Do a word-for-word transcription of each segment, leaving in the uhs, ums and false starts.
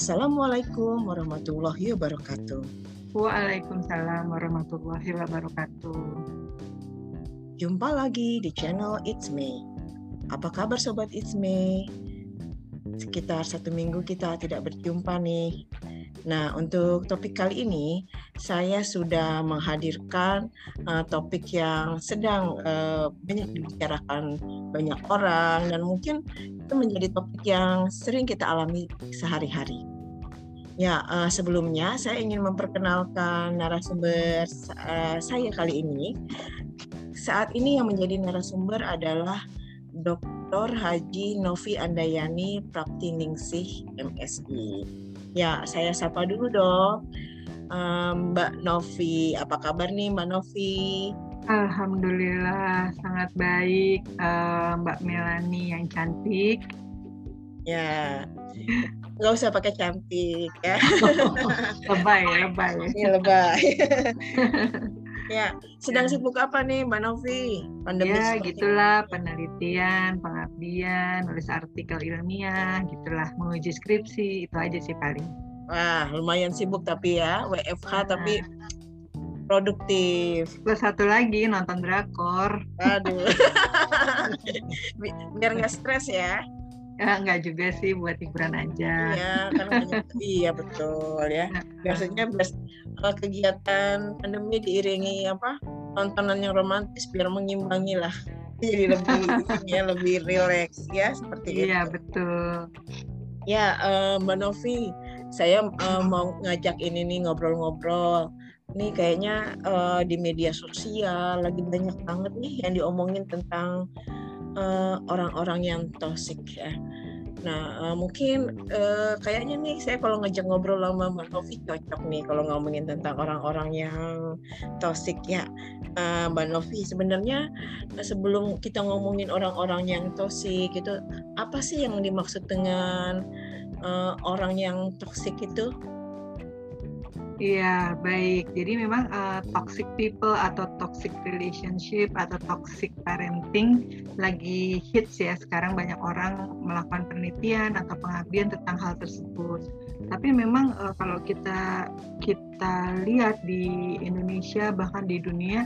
Assalamualaikum warahmatullahi wabarakatuh. Waalaikumsalam warahmatullahi wabarakatuh. Jumpa lagi di channel It's Me. Apa kabar Sobat It's Me? Sekitar satu minggu kita tidak berjumpa nih. Nah, untuk topik kali ini, saya sudah menghadirkan uh, topik yang sedang uh, banyak dibicarakan banyak orang, dan mungkin itu menjadi topik yang sering kita alami sehari-hari. Ya, uh, sebelumnya saya ingin memperkenalkan narasumber uh, saya kali ini. Saat ini yang menjadi narasumber adalah Doktor Haji Novi Andayani Praptiningsih M Si. Ya, saya sapa dulu dong. Um, Mbak Novi, apa kabar nih Mbak Novi? Alhamdulillah sangat baik, uh, Mbak Melani yang cantik. Ya, nggak usah pakai cantik ya. lebay, lebay. Ini lebay. Ya, sedang sibuk apa nih Mbak Novi? Pandemi ya, gitulah, penelitian, pengabdian, nulis artikel ilmiah, gitulah, menguji skripsi, itu aja sih paling. Wah, lumayan sibuk tapi ya, W F H nah. Tapi produktif. Plus satu lagi, nonton drakor. Aduh. Biar nggak stres ya. Ya, enggak juga sih, buat hiburan aja. Iya, kan banyak. Iya, betul ya. Biasanya bias, kegiatan pandemi diiringi apa? Tontonan yang romantis biar mengimbangi lah. Jadi lebih ya, lebih rileks ya, seperti iya, itu. Iya, betul. Ya, uh, Mbak Novi, saya uh, mau ngajak ini nih ngobrol-ngobrol. Ini kayaknya uh, di media sosial lagi banyak banget nih yang diomongin tentang Uh, orang-orang yang toksik ya. Nah uh, mungkin uh, kayaknya nih saya kalau ngajak ngobrol sama Mbak Novi cocok nih kalau ngomongin tentang orang-orang yang toksik ya. uh, Mbak Novi, sebenarnya uh, sebelum kita ngomongin orang-orang yang toksik itu, apa sih yang dimaksud dengan uh, orang yang toksik itu? Iya, baik. Jadi memang uh, toxic people atau toxic relationship atau toxic parenting lagi hits ya. Sekarang banyak orang melakukan penelitian atau pengabdian tentang hal tersebut. Tapi memang uh, kalau kita kita lihat di Indonesia bahkan di dunia,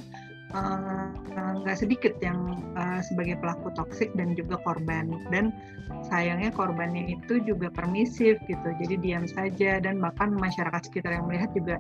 nggak uh, sedikit yang uh, sebagai pelaku toksik dan juga korban, dan sayangnya korbannya itu juga permisif gitu, jadi diam saja, dan bahkan masyarakat sekitar yang melihat juga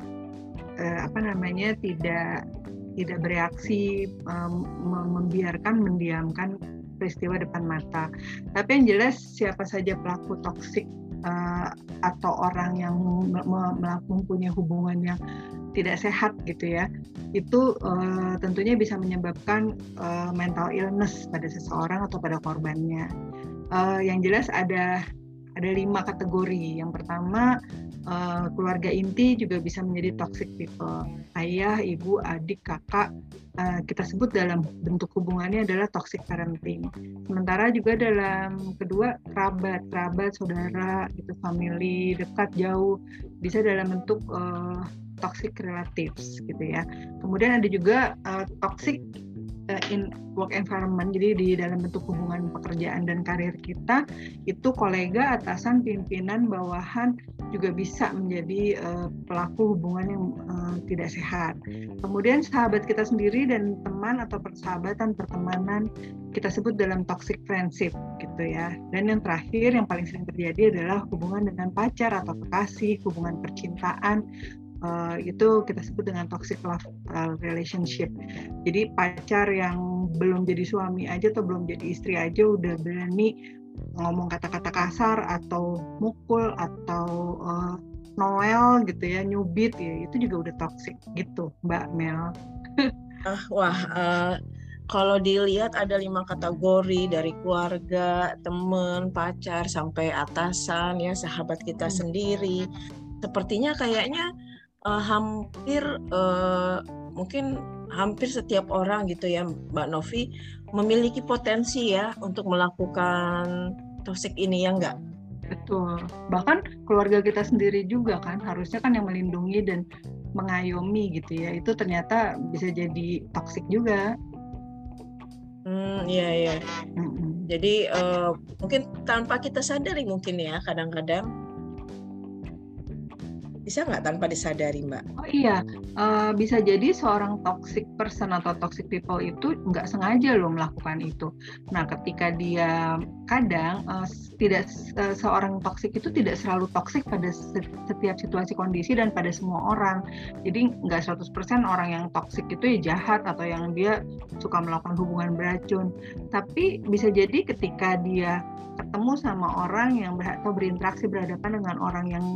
uh, apa namanya tidak tidak bereaksi, um, membiarkan, mendiamkan peristiwa depan mata. Tapi yang jelas siapa saja pelaku toksik uh, atau orang yang mempunyai hubungan yang tidak sehat gitu ya, itu uh, tentunya bisa menyebabkan uh, mental illness pada seseorang atau pada korbannya. Uh, yang jelas ada ada lima kategori. Yang pertama, uh, keluarga inti juga bisa menjadi toxic people. Ayah, ibu, adik, kakak, uh, kita sebut dalam bentuk hubungannya adalah toxic parenting. Sementara juga dalam kedua, kerabat, kerabat, saudara, gitu, family, dekat, jauh, bisa dalam bentuk uh, toxic relatives gitu ya. Kemudian ada juga uh, toxic uh, in work environment, jadi di dalam bentuk hubungan pekerjaan dan karir kita, itu kolega, atasan, pimpinan, bawahan juga bisa menjadi uh, pelaku hubungan yang uh, tidak sehat. Kemudian sahabat kita sendiri dan teman atau persahabatan, pertemanan, kita sebut dalam toxic friendship gitu ya. Dan yang terakhir yang paling sering terjadi adalah hubungan dengan pacar atau kekasih, hubungan percintaan. Uh, itu kita sebut dengan toxic love uh, relationship. Jadi pacar yang belum jadi suami aja atau belum jadi istri aja udah berani ngomong kata-kata kasar atau mukul atau uh, noel gitu ya, nyubit ya, itu juga udah toxic gitu, Mbak Mel. uh, wah, uh, kalau dilihat ada lima kategori, dari keluarga, teman, pacar, sampai atasan ya, sahabat kita hmm. sendiri. Sepertinya kayaknya Uh, hampir uh, mungkin hampir setiap orang gitu ya Mbak Novi memiliki potensi ya untuk melakukan toksik ini, ya enggak? Betul. Bahkan keluarga kita sendiri juga kan harusnya kan yang melindungi dan mengayomi gitu ya. Itu ternyata bisa jadi toksik juga. Hmm, iya iya. Mm-hmm. Jadi uh, mungkin tanpa kita sadari mungkin ya kadang-kadang. Bisa nggak tanpa disadari, Mbak? Oh iya, uh, bisa jadi seorang toxic person atau toxic people itu nggak sengaja loh melakukan itu. Nah, ketika dia kadang uh, tidak uh, seorang toxic itu tidak selalu toxic pada setiap situasi kondisi dan pada semua orang. Jadi nggak seratus persen orang yang toxic itu ya jahat atau yang dia suka melakukan hubungan beracun. Tapi bisa jadi ketika dia ketemu sama orang yang ber- atau berinteraksi berhadapan dengan orang yang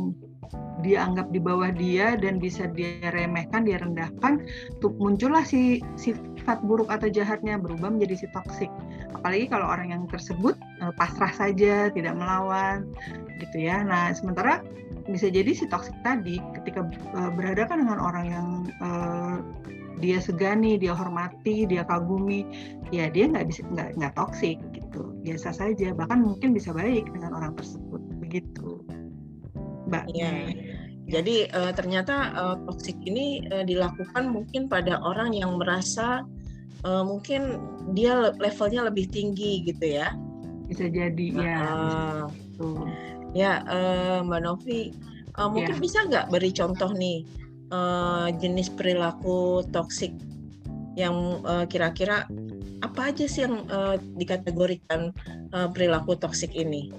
dia anggap di bawah dia dan bisa dia remehkan, dia rendahkan, tuh muncullah si sifat buruk atau jahatnya, berubah menjadi si toksik. Apalagi kalau orang yang tersebut uh, pasrah saja, tidak melawan, gitu ya. Nah, sementara bisa jadi si toksik tadi ketika uh, berhadapan dengan orang yang uh, dia segani, dia hormati, dia kagumi, ya dia nggak bisa nggak nggak toksik gitu, biasa saja, bahkan mungkin bisa baik dengan orang tersebut, begitu, Mbak. Iya. Jadi uh, ternyata uh, toksik ini uh, dilakukan mungkin pada orang yang merasa uh, mungkin dia levelnya lebih tinggi gitu ya. Bisa jadi uh, ya. Uh, bisa. Ya, uh, Mbak Novi, uh, mungkin ya. Bisa nggak beri contoh nih uh, jenis perilaku toksik yang uh, kira-kira apa aja sih yang uh, dikategorikan uh, perilaku toksik ini?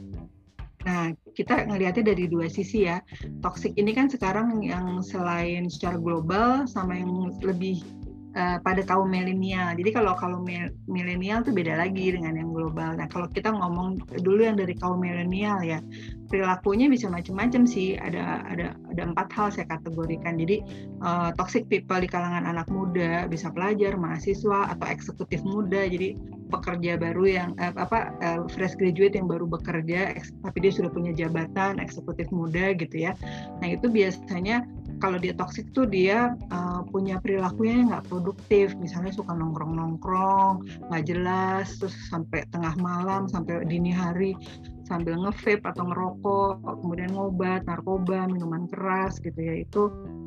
Nah, kita ngelihatnya dari dua sisi ya. Toxic ini kan sekarang yang selain secara global sama yang lebih uh, pada kaum milenial. Jadi kalau kalau milenial tuh beda lagi dengan yang global. Nah, kalau kita ngomong dulu yang dari kaum milenial ya, perilakunya bisa macam-macam sih. Ada ada ada empat hal saya kategorikan. Jadi uh, toxic people di kalangan anak muda, bisa pelajar, mahasiswa atau eksekutif muda. Jadi pekerja baru yang eh, apa eh, fresh graduate yang baru bekerja tapi dia sudah punya jabatan, eksekutif muda gitu ya. Nah, itu biasanya kalau dia toksik tuh dia uh, punya perilakunya yang nggak produktif, misalnya suka nongkrong-nongkrong nggak jelas, terus sampai tengah malam, sampai dini hari sambil nge-vape atau ngerokok, kemudian ngobat, narkoba, minuman keras gitu ya, itu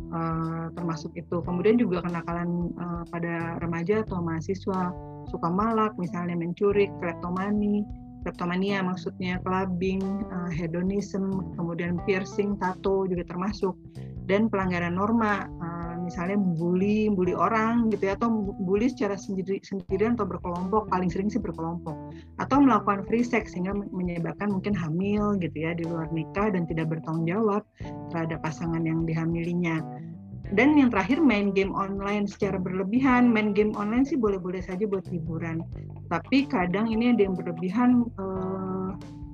uh, termasuk itu. Kemudian juga kenakalan uh, pada remaja atau mahasiswa, suka malak, misalnya mencuri, kleptomani, kleptomania maksudnya, clubbing, uh, hedonism, kemudian piercing, tato juga termasuk, dan pelanggaran norma, uh, misalnya bully, bully orang gitu ya, atau bully secara sendiri, sendirian atau berkelompok, paling sering sih berkelompok, atau melakukan free sex sehingga menyebabkan mungkin hamil gitu ya di luar nikah dan tidak bertanggung jawab terhadap pasangan yang dihamilinya. Dan yang terakhir, main game online secara berlebihan. Main game online sih boleh-boleh saja buat hiburan, tapi kadang ini ada yang berlebihan eh,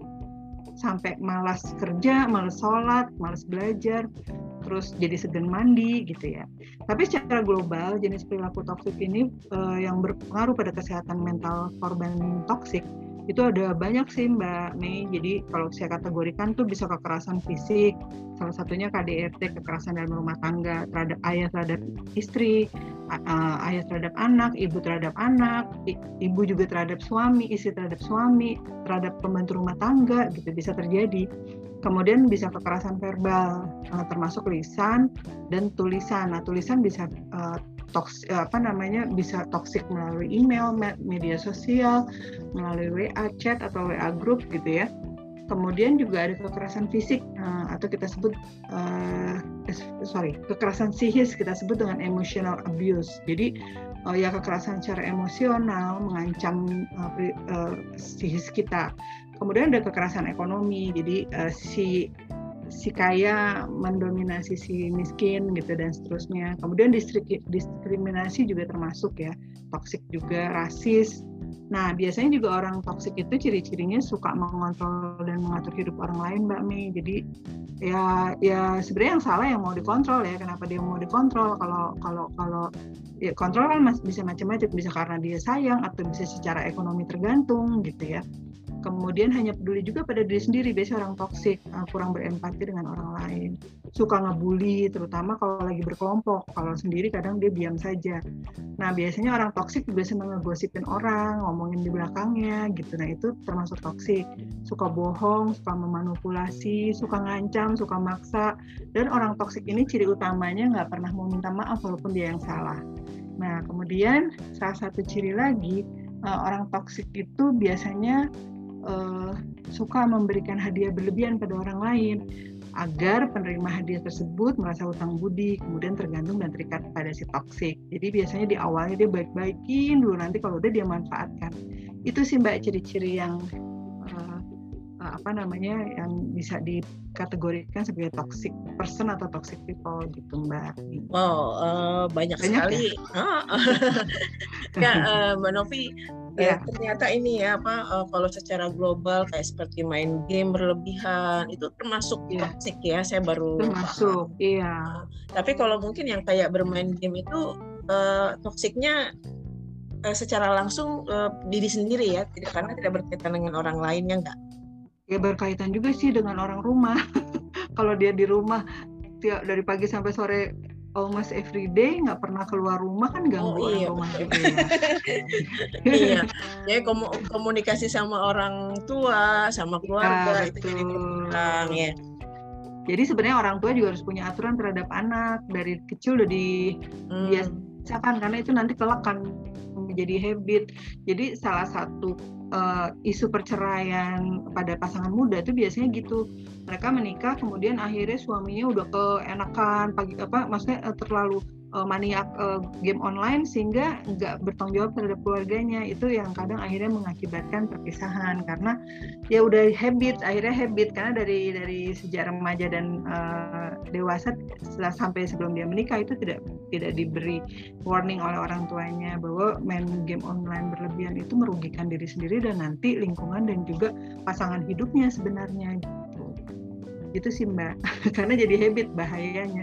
sampai malas kerja, malas sholat, malas belajar, terus jadi segan mandi gitu ya. Tapi secara global jenis perilaku toksik ini eh, yang berpengaruh pada kesehatan mental korban toksik itu ada banyak sih Mbak Mei. Jadi kalau saya kategorikan tuh bisa kekerasan fisik, salah satunya K D R T, kekerasan dalam rumah tangga, terhadap ayah terhadap istri, uh, ayah terhadap anak, ibu terhadap anak, ibu juga terhadap suami, istri terhadap suami, terhadap pembantu rumah tangga gitu bisa terjadi. Kemudian bisa kekerasan verbal, uh, termasuk lisan dan tulisan. Nah, tulisan bisa uh, toks, apa namanya bisa toksik melalui email, media sosial, melalui W A chat atau W A group gitu ya. Kemudian juga ada kekerasan fisik uh, atau kita sebut uh, sorry kekerasan psikis, kita sebut dengan emotional abuse. Jadi uh, ya kekerasan secara emosional mengancam uh, uh, psikis kita. Kemudian ada kekerasan ekonomi. Jadi uh, si si kaya mendominasi si miskin gitu dan seterusnya. Kemudian diskriminasi juga termasuk ya, toksik juga, rasis. Nah, biasanya juga orang toksik itu ciri-cirinya suka mengontrol dan mengatur hidup orang lain, Mbak Mei. Jadi ya ya sebenarnya yang salah yang mau dikontrol ya. Kenapa dia mau dikontrol? Kalau kalau kalau ya kontrol kan bisa macam-macam, bisa karena dia sayang atau bisa secara ekonomi tergantung gitu ya. Kemudian hanya peduli juga pada diri sendiri, biasanya orang toksik, kurang berempati dengan orang lain, suka ngebully, terutama kalau lagi berkelompok, kalau sendiri kadang dia diam saja. Nah, biasanya orang toksik juga senang ngegosipin orang, ngomongin di belakangnya gitu. Nah, itu termasuk toksik. Suka bohong, suka memanipulasi, suka ngancam, suka maksa. Dan orang toksik ini ciri utamanya nggak pernah mau minta maaf walaupun dia yang salah. Nah, kemudian salah satu ciri lagi, orang toksik itu biasanya Uh, suka memberikan hadiah berlebihan pada orang lain. agar penerima hadiah tersebut merasa hutang budi, kemudian tergantung dan terikat pada si toksik. Jadi biasanya di awalnya dia baik-baikin dulu, nanti kalau udah dia manfaatkan. Itu sih Mbak ciri-ciri yang uh, uh, apa namanya yang bisa dikategorikan sebagai toxic person atau toxic people gitu Mbak. Wow, uh, banyak, banyak sekali. Ya, ya uh, Mbak Novi. Ya. Eh, ternyata ini ya apa uh, kalau secara global kayak seperti main game berlebihan itu termasuk ya. Toxic ya, saya baru termasuk paham. Iya. Uh, tapi kalau mungkin yang kayak bermain game itu uh, toksiknya uh, secara langsung uh, diri sendiri ya, tidak karena tidak berkaitan dengan orang lainnya enggak? Ya berkaitan juga sih dengan orang rumah. Kalau dia di rumah tiap dari pagi sampai sore almost every day nggak pernah keluar rumah kan ganggu oh, iya, orang rumah juga ya. Iya, jadi komunikasi sama orang tua, sama keluarga ya, itu jadi berkurang ya. Jadi sebenarnya orang tua juga harus punya aturan terhadap anak dari kecil udah dibiasakan hmm. karena itu nanti kelak kan menjadi habit. Jadi salah satu uh, isu perceraian pada pasangan muda itu biasanya gitu. Mereka menikah kemudian akhirnya suaminya udah keenakan pagi apa maksudnya uh, terlalu uh, maniak uh, game online sehingga nggak bertanggung jawab terhadap keluarganya. Itu yang kadang akhirnya mengakibatkan perpisahan karena ya udah habit, akhirnya habit karena dari dari sejak remaja dan uh, dewasa setelah sampai sebelum dia menikah itu tidak tidak diberi warning oleh orang tuanya bahwa main game online berlebihan itu merugikan diri sendiri dan nanti lingkungan dan juga pasangan hidupnya sebenarnya gitu. Gitu sih Mbak, karena jadi habit bahayanya.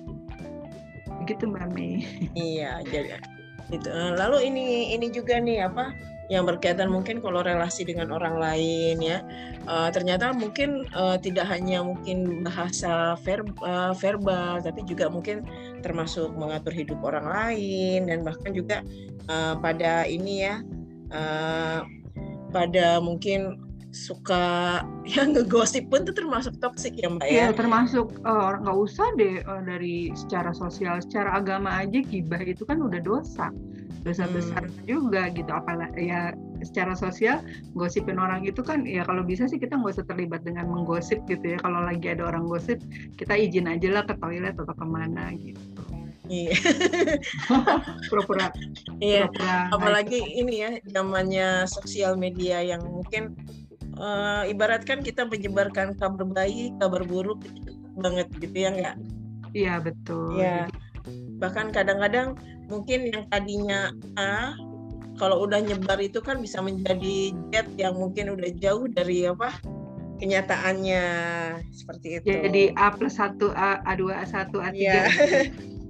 Begitu Mbak Mei. Iya, jadi gitu. Lalu ini ini juga nih apa yang berkaitan mungkin kalau relasi dengan orang lain ya. Uh, ternyata mungkin uh, tidak hanya mungkin bahasa verb, uh, verbal tapi juga mungkin termasuk mengatur hidup orang lain dan bahkan juga uh, pada ini ya uh, pada mungkin suka yang ngegosip pun itu termasuk toksik ya Mbak ya? Iya termasuk uh, nggak usah deh uh, dari secara sosial, secara agama aja gibah itu kan udah dosa, dosa hmm. besar juga gitu. Apalagi ya secara sosial gosipin orang itu kan ya kalau bisa sih kita nggak usah terlibat dengan menggosip gitu ya. Kalau lagi ada orang gosip kita izin aja lah ke toilet atau kemana gitu. Iya. Pura-pura. Iya. Apalagi ini ya zamannya sosial media yang mungkin Uh, ibaratkan kita menyebarkan kabar baik, kabar buruk banget gitu ya nggak? Iya betul. Ya. Bahkan kadang-kadang mungkin yang tadinya A, kalau udah nyebar itu kan bisa menjadi Z yang mungkin udah jauh dari apa kenyataannya seperti itu. Jadi A plus satu, A, A2, A satu, A tiga. Ya.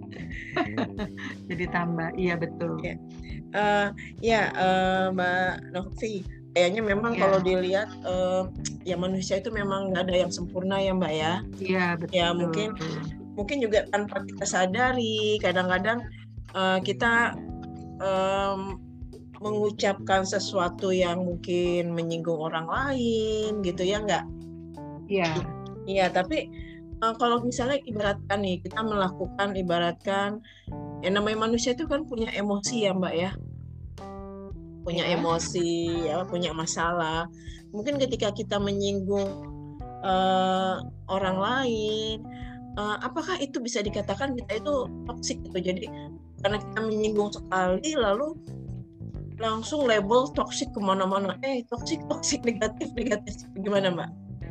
Jadi tambah, iya betul. Ya, uh, ya uh, Mbak Novi. Kayaknya memang ya. Kalau dilihat uh, ya manusia itu memang nggak ada yang sempurna ya Mbak ya. Iya betul. Ya mungkin mungkin juga tanpa kita sadari kadang-kadang uh, kita um, mengucapkan sesuatu yang mungkin menyinggung orang lain gitu ya nggak? Iya. Iya tapi uh, kalau misalnya ibaratkan nih kita melakukan ibaratkan yang namanya manusia itu kan punya emosi ya Mbak ya. Punya ya. emosi, ya, punya masalah. Mungkin ketika kita menyinggung uh, orang lain, uh, apakah itu bisa dikatakan kita itu toksik gitu? Jadi karena kita menyinggung sekali, lalu langsung label toksik kemana-mana. Eh, toksik, toksik, negatif, negatif. Gimana Mbak?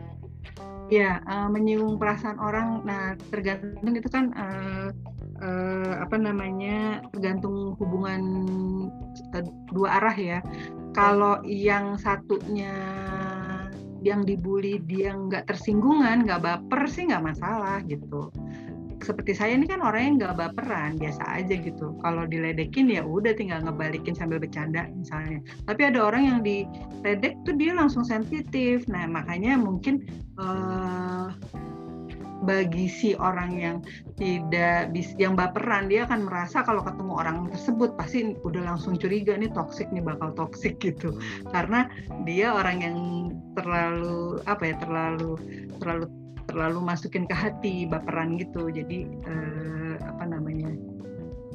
Ya, uh, menyinggung perasaan orang. Nah, tergantung itu kan. Uh, Uh, apa namanya tergantung hubungan uh, dua arah ya. Kalau yang satunya yang dibully dia nggak tersinggungan, nggak baper sih nggak masalah gitu. Seperti saya ini kan orangnya nggak baperan, biasa aja gitu. Kalau diledekin ya udah tinggal ngebalikin sambil bercanda misalnya. Tapi ada orang yang diledek tuh dia langsung sensitif. Nah makanya mungkin uh, bagi si orang yang tidak bis, yang baperan dia akan merasa kalau ketemu orang tersebut pasti udah langsung curiga nih toksik nih bakal toksik gitu karena dia orang yang terlalu apa ya terlalu terlalu terlalu masukin ke hati baperan gitu jadi eh, apa namanya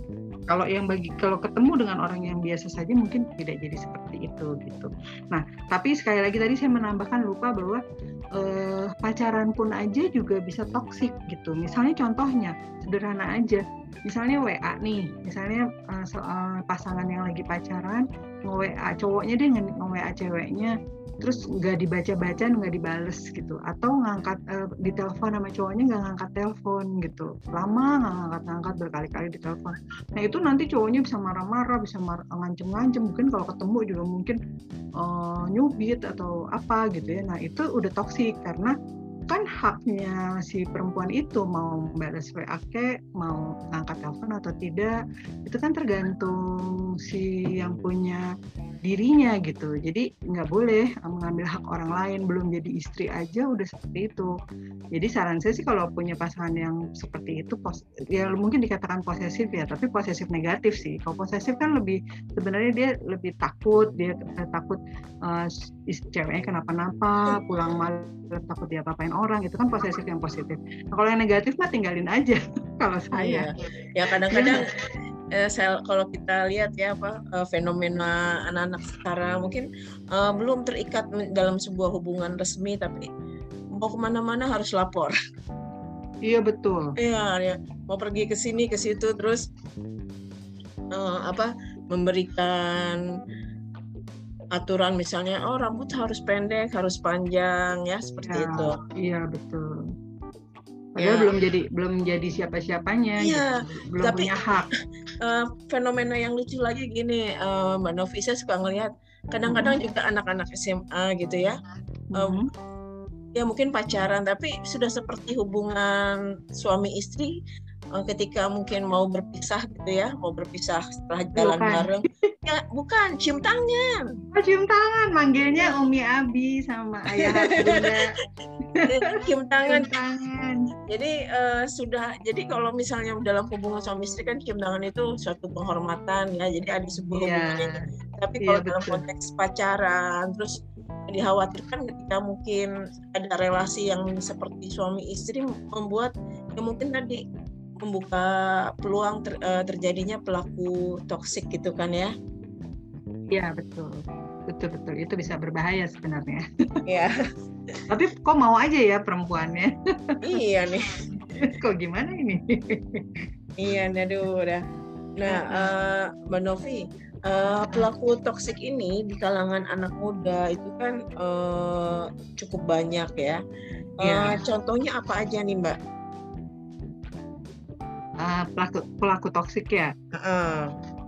Kalau yang bagi kalau ketemu dengan orang yang biasa saja mungkin tidak jadi seperti itu gitu. Nah, tapi sekali lagi tadi saya menambahkan lupa bahwa eh, pacaran pun aja juga bisa toksik gitu. Misalnya contohnya sederhana aja. Misalnya W A nih, misalnya uh, soal pasangan yang lagi pacaran, nge-W A cowoknya dia nge-W A ceweknya, terus nggak dibaca-baca, nggak dibales gitu, atau ngangkat uh, di telepon sama cowoknya nggak ngangkat telepon gitu, lama nggak ngangkat-ngangkat berkali-kali di telepon. Nah itu nanti cowoknya bisa marah-marah, bisa mar- ngancem-ngancem, mungkin kalau ketemu juga mungkin uh, nyubit atau apa gitu ya. Nah itu udah toksik karena kan haknya si perempuan itu mau balas W A ke, mau angkat telepon atau tidak, itu kan tergantung si yang punya dirinya gitu. Jadi nggak boleh mengambil hak orang lain, belum jadi istri aja udah seperti itu. Jadi saran saya sih kalau punya pasangan yang seperti itu, ya mungkin dikatakan posesif ya, tapi posesif negatif sih. Kalau posesif kan lebih, sebenarnya dia lebih takut, dia takut uh, ceweknya kenapa-napa, pulang malam takut diapa-apain orang, itu kan posesif yang positif. Nah, kalau yang negatif mah tinggalin aja kalau saya. Iya. Ya kadang-kadang eh, sel, kalau kita lihat ya apa eh, fenomena anak-anak sekarang mungkin eh, belum terikat dalam sebuah hubungan resmi, tapi mau kemana-mana harus lapor. Iya betul. Iya, ya. Mau pergi ke sini ke situ terus eh, apa memberikan aturan misalnya, oh rambut harus pendek, harus panjang ya seperti ya, itu. Iya betul. Padahal ya. belum jadi belum jadi siapa-siapanya, iya, gitu. Belum tapi, punya hak. Uh, fenomena yang lucu lagi gini, uh, Mbak Novi, saya suka ngelihat kadang-kadang mm-hmm. juga anak-anak S M A gitu ya, mm-hmm. uh, ya mungkin pacaran tapi sudah seperti hubungan suami istri. Ketika mungkin mau berpisah gitu ya, mau berpisah setelah jalan bukan. bareng, ya bukan, cium tangan. Oh, cium tangan, manggilnya Umi Abi sama ayah Bunda. cium tangan. Cium tangan. Jadi uh, sudah, jadi kalau misalnya dalam hubungan suami istri kan cium tangan itu suatu penghormatan ya, jadi ada sebuah yeah. hubungan. Tapi kalau yeah, dalam betul. konteks pacaran, terus dikhawatirkan ketika mungkin ada relasi yang seperti suami istri membuat ya mungkin tadi membuka peluang ter, uh, terjadinya pelaku toksik gitu kan ya? Iya betul, betul betul itu bisa berbahaya sebenarnya. Iya. Tapi kok mau aja ya perempuannya? Iya nih. Kok gimana ini? Iya, aduh udah. Nah, uh, Mbak Novi, uh, pelaku toksik ini di kalangan anak muda itu kan uh, cukup banyak ya. Uh, ya. Contohnya apa aja nih Mbak? Uh, pelaku pelaku toksik ya. Uh.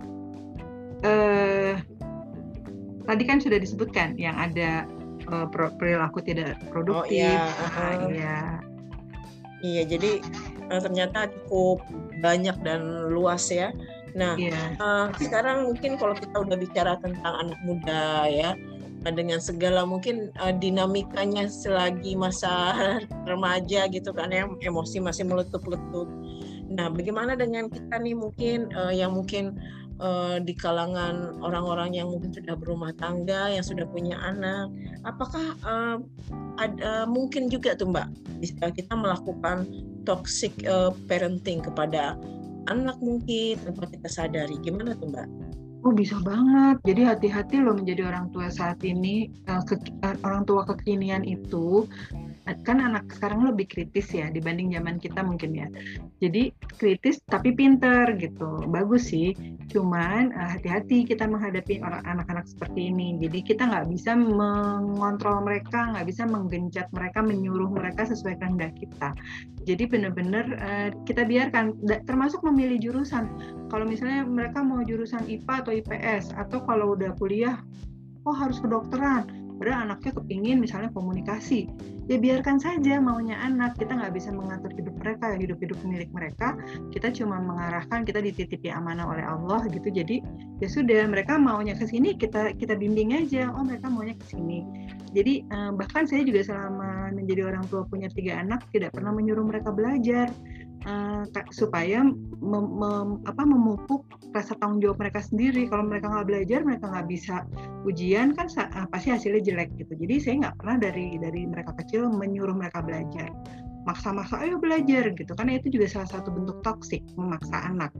Uh, tadi kan sudah disebutkan yang ada uh, perilaku tidak produktif. Oh, iya. Uh. Uh, iya. Iya, jadi uh, ternyata cukup banyak dan luas ya. Nah, yeah. uh, sekarang mungkin kalau kita udah bicara tentang anak muda ya, dengan segala mungkin uh, dinamikanya selagi masa remaja gitu kan ya, emosi masih meletup-letup. Nah, bagaimana dengan kita nih mungkin uh, yang mungkin uh, di kalangan orang-orang yang mungkin sudah berumah tangga, yang sudah punya anak, apakah uh, ada mungkin juga tuh Mbak bisa kita melakukan toxic uh, parenting kepada anak mungkin tanpa kita sadari, gimana tuh Mbak? Oh bisa banget, jadi hati-hati loh menjadi orang tua saat ini, uh, ke, uh, orang tua kekinian itu kan anak sekarang lebih kritis ya dibanding zaman kita mungkin ya. Jadi kritis tapi pinter gitu, bagus sih. Cuman uh, hati-hati kita menghadapi orang anak-anak seperti ini. Jadi kita nggak bisa mengontrol mereka, nggak bisa menggencat mereka, menyuruh mereka sesuai kehendak kita. Jadi benar-benar uh, kita biarkan, termasuk memilih jurusan. Kalau misalnya mereka mau jurusan I P A atau I P S, atau kalau udah kuliah, oh harus kedokteran. Padahal anaknya kepingin misalnya komunikasi, ya biarkan saja maunya anak, kita nggak bisa mengatur hidup mereka, hidup-hidup milik mereka, kita cuma mengarahkan, kita dititipi amanah oleh Allah gitu, jadi ya sudah mereka maunya ke sini, kita kita bimbing aja, oh mereka maunya ke sini. Jadi eh, bahkan saya juga selama menjadi orang tua punya tiga anak, tidak pernah menyuruh mereka belajar, eh, supaya mem, mem, apa, memupuk rasa tanggung jawab mereka sendiri. Kalau mereka nggak belajar, mereka nggak bisa ujian kan pasti hasilnya jelek gitu. Jadi saya nggak pernah dari dari mereka kecil menyuruh mereka belajar, maksa-maksa ayo belajar gitu, karena itu juga salah satu bentuk toksik, memaksa anak.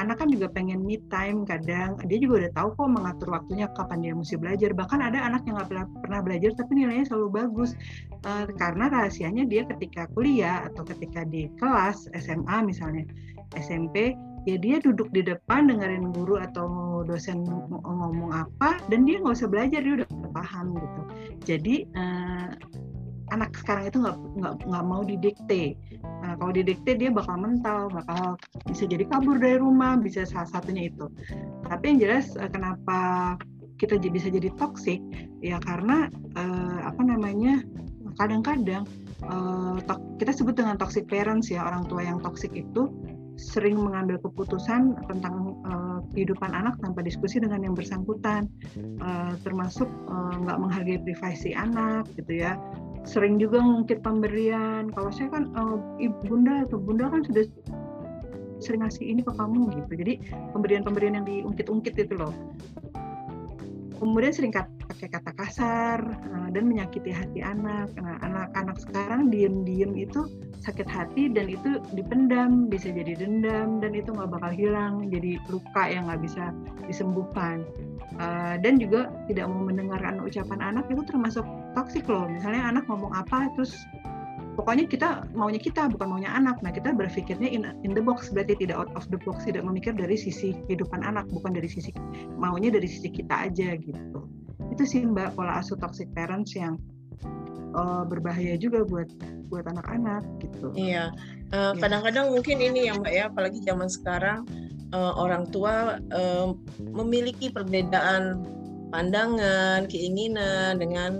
anak kan juga pengen me time kadang, dia juga udah tahu kok mengatur waktunya kapan dia mesti belajar. Bahkan ada anak yang nggak pernah belajar tapi nilainya selalu bagus, uh, karena rahasianya dia ketika kuliah atau ketika di kelas S M A misalnya, S M P, ya dia duduk di depan dengerin guru atau dosen ngomong apa dan dia nggak usah belajar, dia udah paham gitu. Jadi uh, anak sekarang itu nggak nggak nggak mau didikte. Nah, kalau didikte dia bakal mental, bakal bisa jadi kabur dari rumah, bisa salah satunya itu. Tapi yang jelas kenapa kita bisa jadi toksik ya karena eh, apa namanya kadang-kadang eh, kita sebut dengan toxic parents ya, orang tua yang toksik itu sering mengambil keputusan tentang uh, kehidupan anak tanpa diskusi dengan yang bersangkutan, uh, termasuk nggak uh, menghargai privasi anak gitu ya. Sering juga ngungkit pemberian. Kalau saya kan uh, ibu bunda atau bunda kan sudah sering ngasih ini ke kamu gitu. Jadi pemberian-pemberian yang diungkit-ungkit itu loh. Kemudian sering pakai kata kasar uh, dan menyakiti hati anak. Nah, anak-anak sekarang diem-diem itu sakit hati dan itu dipendam, bisa jadi dendam dan itu nggak bakal hilang, jadi luka yang nggak bisa disembuhkan. Uh, dan juga tidak mau mendengarkan ucapan anak itu termasuk toksik loh. Misalnya anak ngomong apa terus pokoknya kita maunya kita bukan maunya anak. Nah kita berpikirnya in, in the box, berarti tidak out of the box, tidak memikir dari sisi kehidupan anak, bukan dari sisi maunya dari sisi kita aja gitu. Itu sih Mbak pola asuh toxic parents yang uh, berbahaya juga buat buat anak-anak gitu. Iya, uh, kadang-kadang mungkin ini ya Mbak ya, apalagi zaman sekarang uh, orang tua uh, memiliki perbedaan pandangan, keinginan dengan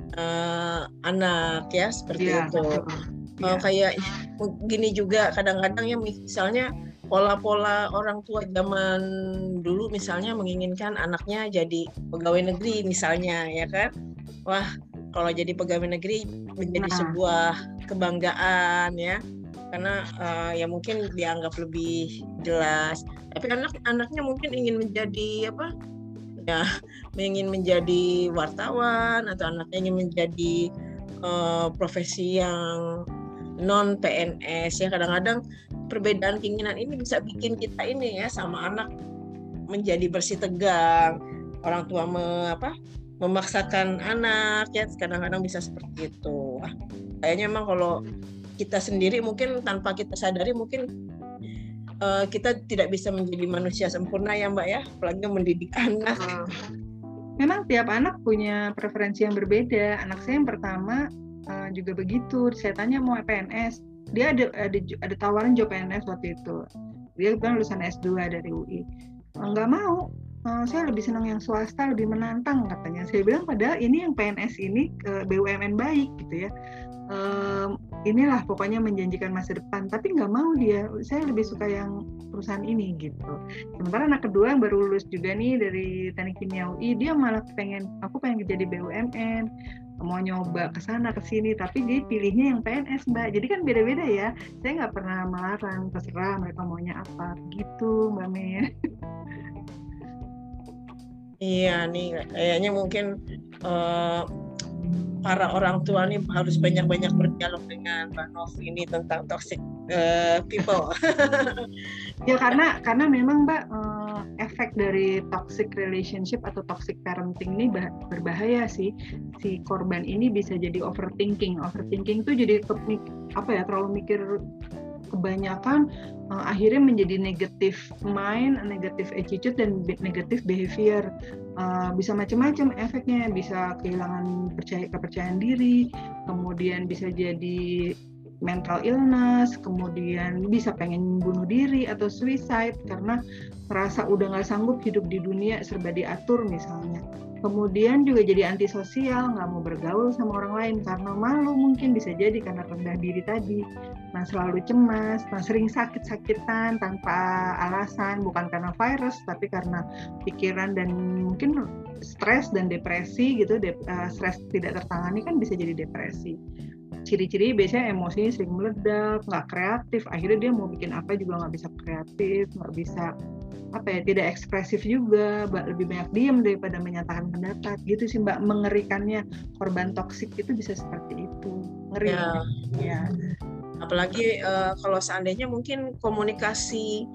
uh, anak ya seperti ya, itu. Uh, ya. Kayak gini juga kadang-kadang ya misalnya pola-pola orang tua zaman dulu misalnya menginginkan anaknya jadi pegawai negeri misalnya ya kan. Wah, kalau jadi pegawai negeri menjadi nah. sebuah kebanggaan ya, karena uh, ya mungkin dianggap lebih jelas. Tapi anak-anaknya mungkin ingin menjadi apa? Ya, ingin menjadi wartawan atau anaknya ingin menjadi uh, profesi yang non P N S ya. Kadang-kadang perbedaan keinginan ini bisa bikin kita ini ya sama anak menjadi bersih tegang. Orang tua me, apa? memaksakan anak ya, kadang-kadang bisa seperti itu. Wah, kayaknya emang kalau kita sendiri mungkin tanpa kita sadari mungkin uh, kita tidak bisa menjadi manusia sempurna ya Mbak ya, apalagi mendidik anak. Memang tiap anak punya preferensi yang berbeda. Anak saya yang pertama uh, juga begitu. Saya tanya mau P N S, dia ada ada, ada tawaran job P N S waktu itu. Dia kan lulusan S dua dari U I. Enggak mau. Uh, saya lebih senang yang swasta, lebih menantang katanya. Saya bilang padahal ini yang P N S ini ke B U M N baik gitu ya. Uh, inilah pokoknya menjanjikan masa depan, tapi nggak mau dia. Saya lebih suka yang perusahaan ini gitu. Sementara anak kedua yang baru lulus juga nih dari Teknik Kimia U I, dia malah pengen, aku pengen jadi B U M N, mau nyoba ke sana ke sini, tapi dia pilihnya yang P N S Mbak. Jadi kan beda-beda ya. Saya nggak pernah melarang, terserah mereka maunya apa gitu Mbak Mei. Iya nih, kayaknya mungkin uh, para orang tua nih harus banyak-banyak berdialog dengan Mbak Nov ini tentang toxic uh, people. Ya karena karena memang Mbak uh, efek dari toxic relationship atau toxic parenting ini bah- berbahaya sih. Si korban ini bisa jadi overthinking. Overthinking tuh jadi apa ya terlalu mikir kebanyakan, uh, akhirnya menjadi negative mind, negative attitude dan negative behavior. Uh, bisa macam-macam efeknya, bisa kehilangan percaya kepercayaan diri, kemudian bisa jadi mental illness, kemudian bisa pengen bunuh diri atau suicide karena merasa udah nggak sanggup hidup di dunia serba diatur misalnya. Kemudian juga jadi antisosial, nggak mau bergaul sama orang lain karena malu, mungkin bisa jadi karena rendah diri tadi. Nah selalu cemas, nah sering sakit-sakitan tanpa alasan, bukan karena virus tapi karena pikiran dan mungkin stres dan depresi gitu. De- uh, stres tidak tertangani kan bisa jadi depresi. Ciri-ciri biasanya emosinya sering meledak, nggak kreatif, akhirnya dia mau bikin apa juga nggak bisa kreatif, nggak bisa apa ya, tidak ekspresif juga, lebih banyak diam daripada menyatakan pendapat gitu sih Mbak. Mengerikannya korban toksik itu bisa seperti itu, ngeri ya, ya. Apalagi uh, kalau seandainya mungkin komunikasi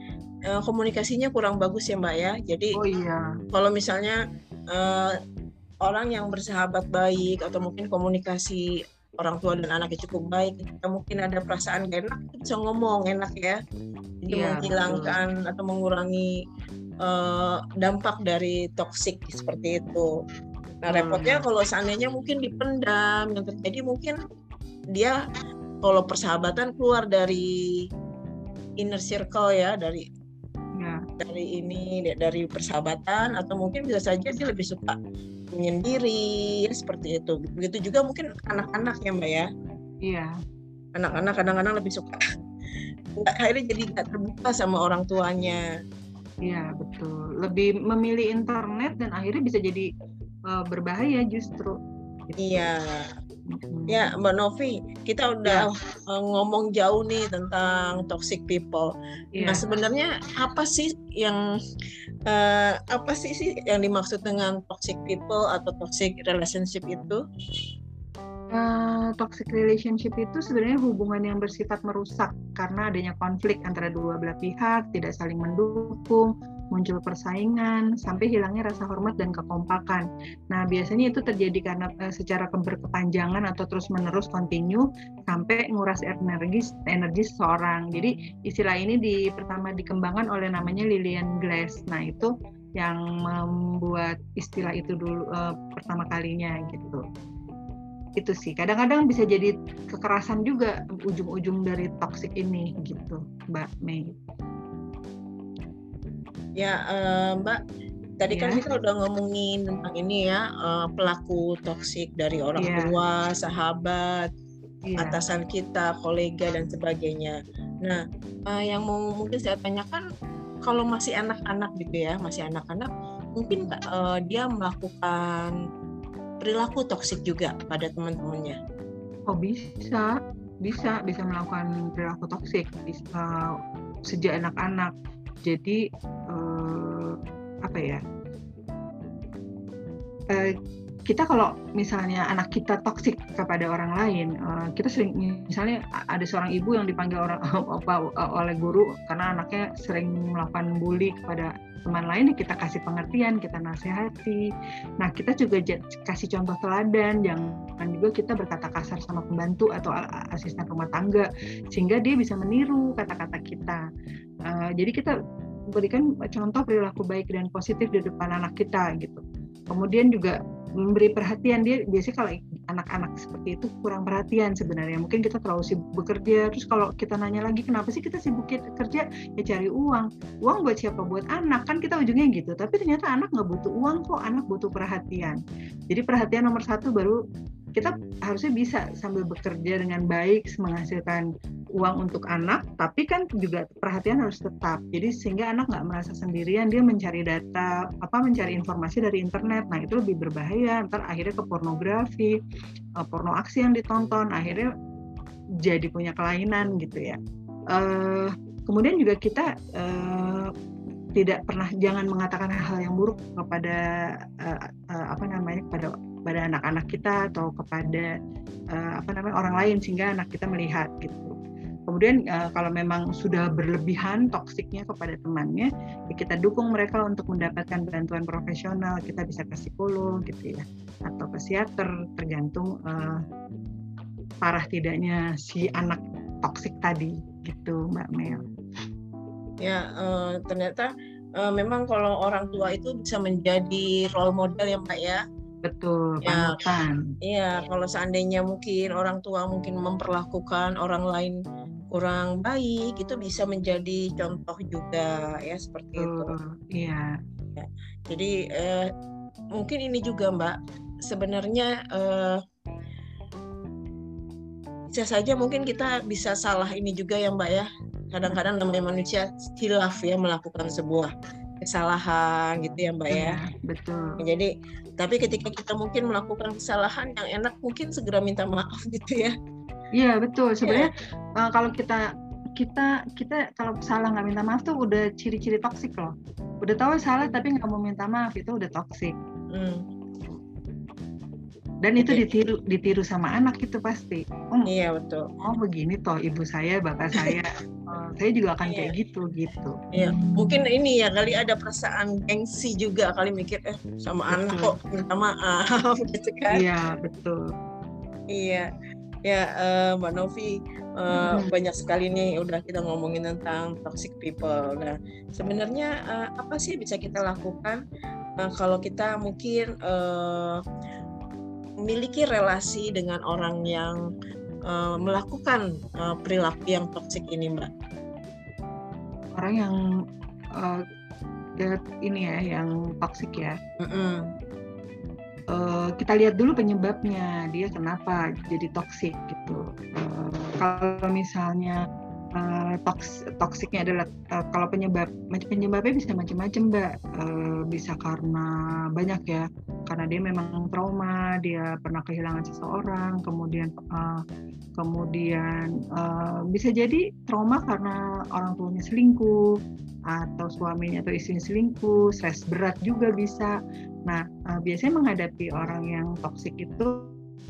uh, komunikasinya kurang bagus ya Mbak ya. Jadi oh iya, kalau misalnya uh, orang yang bersahabat baik atau mungkin komunikasi orang tua dan anaknya cukup baik, kita mungkin ada perasaan gak enak, kita bisa ngomong enak ya. Jadi iya, menghilangkan betul. atau mengurangi uh, dampak dari toksik seperti itu. Nah repotnya Betul. kalau seandainya mungkin dipendam, yang terjadi mungkin dia kalau persahabatan keluar dari inner circle ya, dari Ya. dari ini dari persahabatan, atau mungkin bisa saja dia lebih suka menyendiri ya, seperti itu. Begitu juga mungkin anak-anak ya Mbak ya. Iya. Anak-anak kadang-kadang lebih suka nggak, akhirnya jadi nggak terbuka sama orang tuanya. Iya betul. Lebih memilih internet dan akhirnya bisa jadi uh, berbahaya justru. Gitu. Iya. Mm-hmm. Ya Mbak Novi, kita udah ya. ngomong jauh nih tentang toxic people. Ya. Nah sebenarnya apa sih yang uh, apa sih sih yang dimaksud dengan toxic people atau toxic relationship itu? Uh, toxic relationship itu sebenarnya hubungan yang bersifat merusak karena adanya konflik antara dua belah pihak, tidak saling mendukung, muncul persaingan, sampai hilangnya rasa hormat dan kekompakan. Nah, biasanya itu terjadi karena uh, secara berkepanjangan atau terus-menerus continue sampai nguras energi energi seseorang. Jadi istilah ini di pertama dikembangkan oleh namanya Lillian Glass. Nah, itu yang membuat istilah itu dulu uh, pertama kalinya gitu. Itu sih kadang-kadang bisa jadi kekerasan juga ujung-ujung dari toksik ini gitu Mbak Mei. Ya uh, Mbak, tadi ya. Kan kita udah ngomongin tentang ini ya, uh, pelaku toksik dari orang ya. tua, sahabat, ya. Atasan kita, kolega dan sebagainya. Nah, uh, yang mau mungkin saya tanyakan, kalau masih anak-anak gitu ya, masih anak-anak, mungkin uh, dia melakukan perilaku toksik juga pada teman-temannya. Oh bisa, bisa, bisa melakukan perilaku toksik uh, sejak anak-anak. Jadi uh, apa ya? Uh, kita kalau misalnya anak kita toksik kepada orang lain, uh, kita sering misalnya ada seorang ibu yang dipanggil orang apa oleh guru karena anaknya sering melakukan bully kepada teman lain, kita kasih pengertian, kita nasihati. Nah, kita juga kasih contoh teladan, jangan juga kita berkata kasar sama pembantu atau asisten rumah tangga, sehingga dia bisa meniru kata-kata kita. Uh, jadi kita berikan contoh perilaku baik dan positif di depan anak kita gitu. Kemudian juga memberi perhatian, dia biasanya kalau anak-anak seperti itu kurang perhatian sebenarnya, mungkin kita terlalu sibuk bekerja, terus kalau kita nanya lagi kenapa sih kita sibuk kerja, ya cari uang uang buat siapa, buat anak kan, kita ujungnya gitu, tapi ternyata anak nggak butuh uang kok, anak butuh perhatian. Jadi perhatian nomor satu, baru kita harusnya bisa sambil bekerja dengan baik menghasilkan uang untuk anak, tapi kan juga perhatian harus tetap. Jadi sehingga anak nggak merasa sendirian, dia mencari data, apa mencari informasi dari internet. Nah itu lebih berbahaya, ntar akhirnya ke pornografi, porno aksi yang ditonton, akhirnya jadi punya kelainan gitu ya. Uh, kemudian juga kita uh, tidak pernah, jangan mengatakan hal yang buruk kepada uh, uh, apa namanya kepada pada anak-anak kita atau kepada uh, apa namanya orang lain sehingga anak kita melihat gitu. Kemudian uh, kalau memang sudah berlebihan toksiknya kepada temannya, ya kita dukung mereka untuk mendapatkan bantuan profesional. Kita bisa ke psikolog gitu ya, atau ke psikiater, tergantung uh, parah tidaknya si anak toksik tadi gitu Mbak Mel. Ya uh, ternyata uh, memang kalau orang tua itu bisa menjadi role model ya Mbak ya. Betul, panutan. Iya, kalau seandainya mungkin orang tua mungkin memperlakukan orang lain kurang baik, itu bisa menjadi contoh juga ya, seperti itu. Iya. Ya. Jadi eh, mungkin ini juga Mbak, sebenarnya eh, bisa saja mungkin kita bisa salah ini juga ya Mbak ya. Kadang-kadang namanya manusia hilaf ya, melakukan sebuah kesalahan gitu ya Mbak ya. Ya, betul. Jadi tapi ketika kita mungkin melakukan kesalahan, yang enak mungkin segera minta maaf gitu ya. Iya betul. Sebenarnya yeah. uh, kalau kita kita kita kalau salah nggak minta maaf tuh udah ciri-ciri toksik loh. Udah tahu salah tapi nggak mau minta maaf, itu udah toksik. Hmm. Dan itu okay. ditiru ditiru sama anak itu pasti. Oh, iya betul. Oh begini toh ibu saya, bapak saya. Oh, saya juga akan Iya. kayak gitu gitu. Ya, mungkin ini ya kali ada perasaan gengsi juga kali mikir eh sama anak Betul. kok minta maaf gitu kan. Iya, betul. Iya. Ya, eh, Mbak Novi, eh, Hmm. banyak sekali nih udah kita ngomongin tentang toxic people. Nah, sebenarnya eh, apa sih bisa kita lakukan eh, kalau kita mungkin eh, memiliki relasi dengan orang yang eh, melakukan eh, perilaku yang toxic ini, Mbak? Orang yang uh, ya, ini ya, yang toxic ya. Mm-mm. Uh, kita lihat dulu penyebabnya, dia kenapa jadi toksik gitu. Uh, kalau misalnya uh, toks toksiknya adalah uh, kalau penyebab penyebabnya bisa macam-macam, Mbak. Uh, bisa karena banyak ya, karena dia memang trauma, dia pernah kehilangan seseorang, kemudian uh, kemudian uh, bisa jadi trauma karena orang tuanya selingkuh atau suaminya atau istrinya selingkuh, stres berat juga bisa. Nah, uh, biasanya menghadapi orang yang toksik itu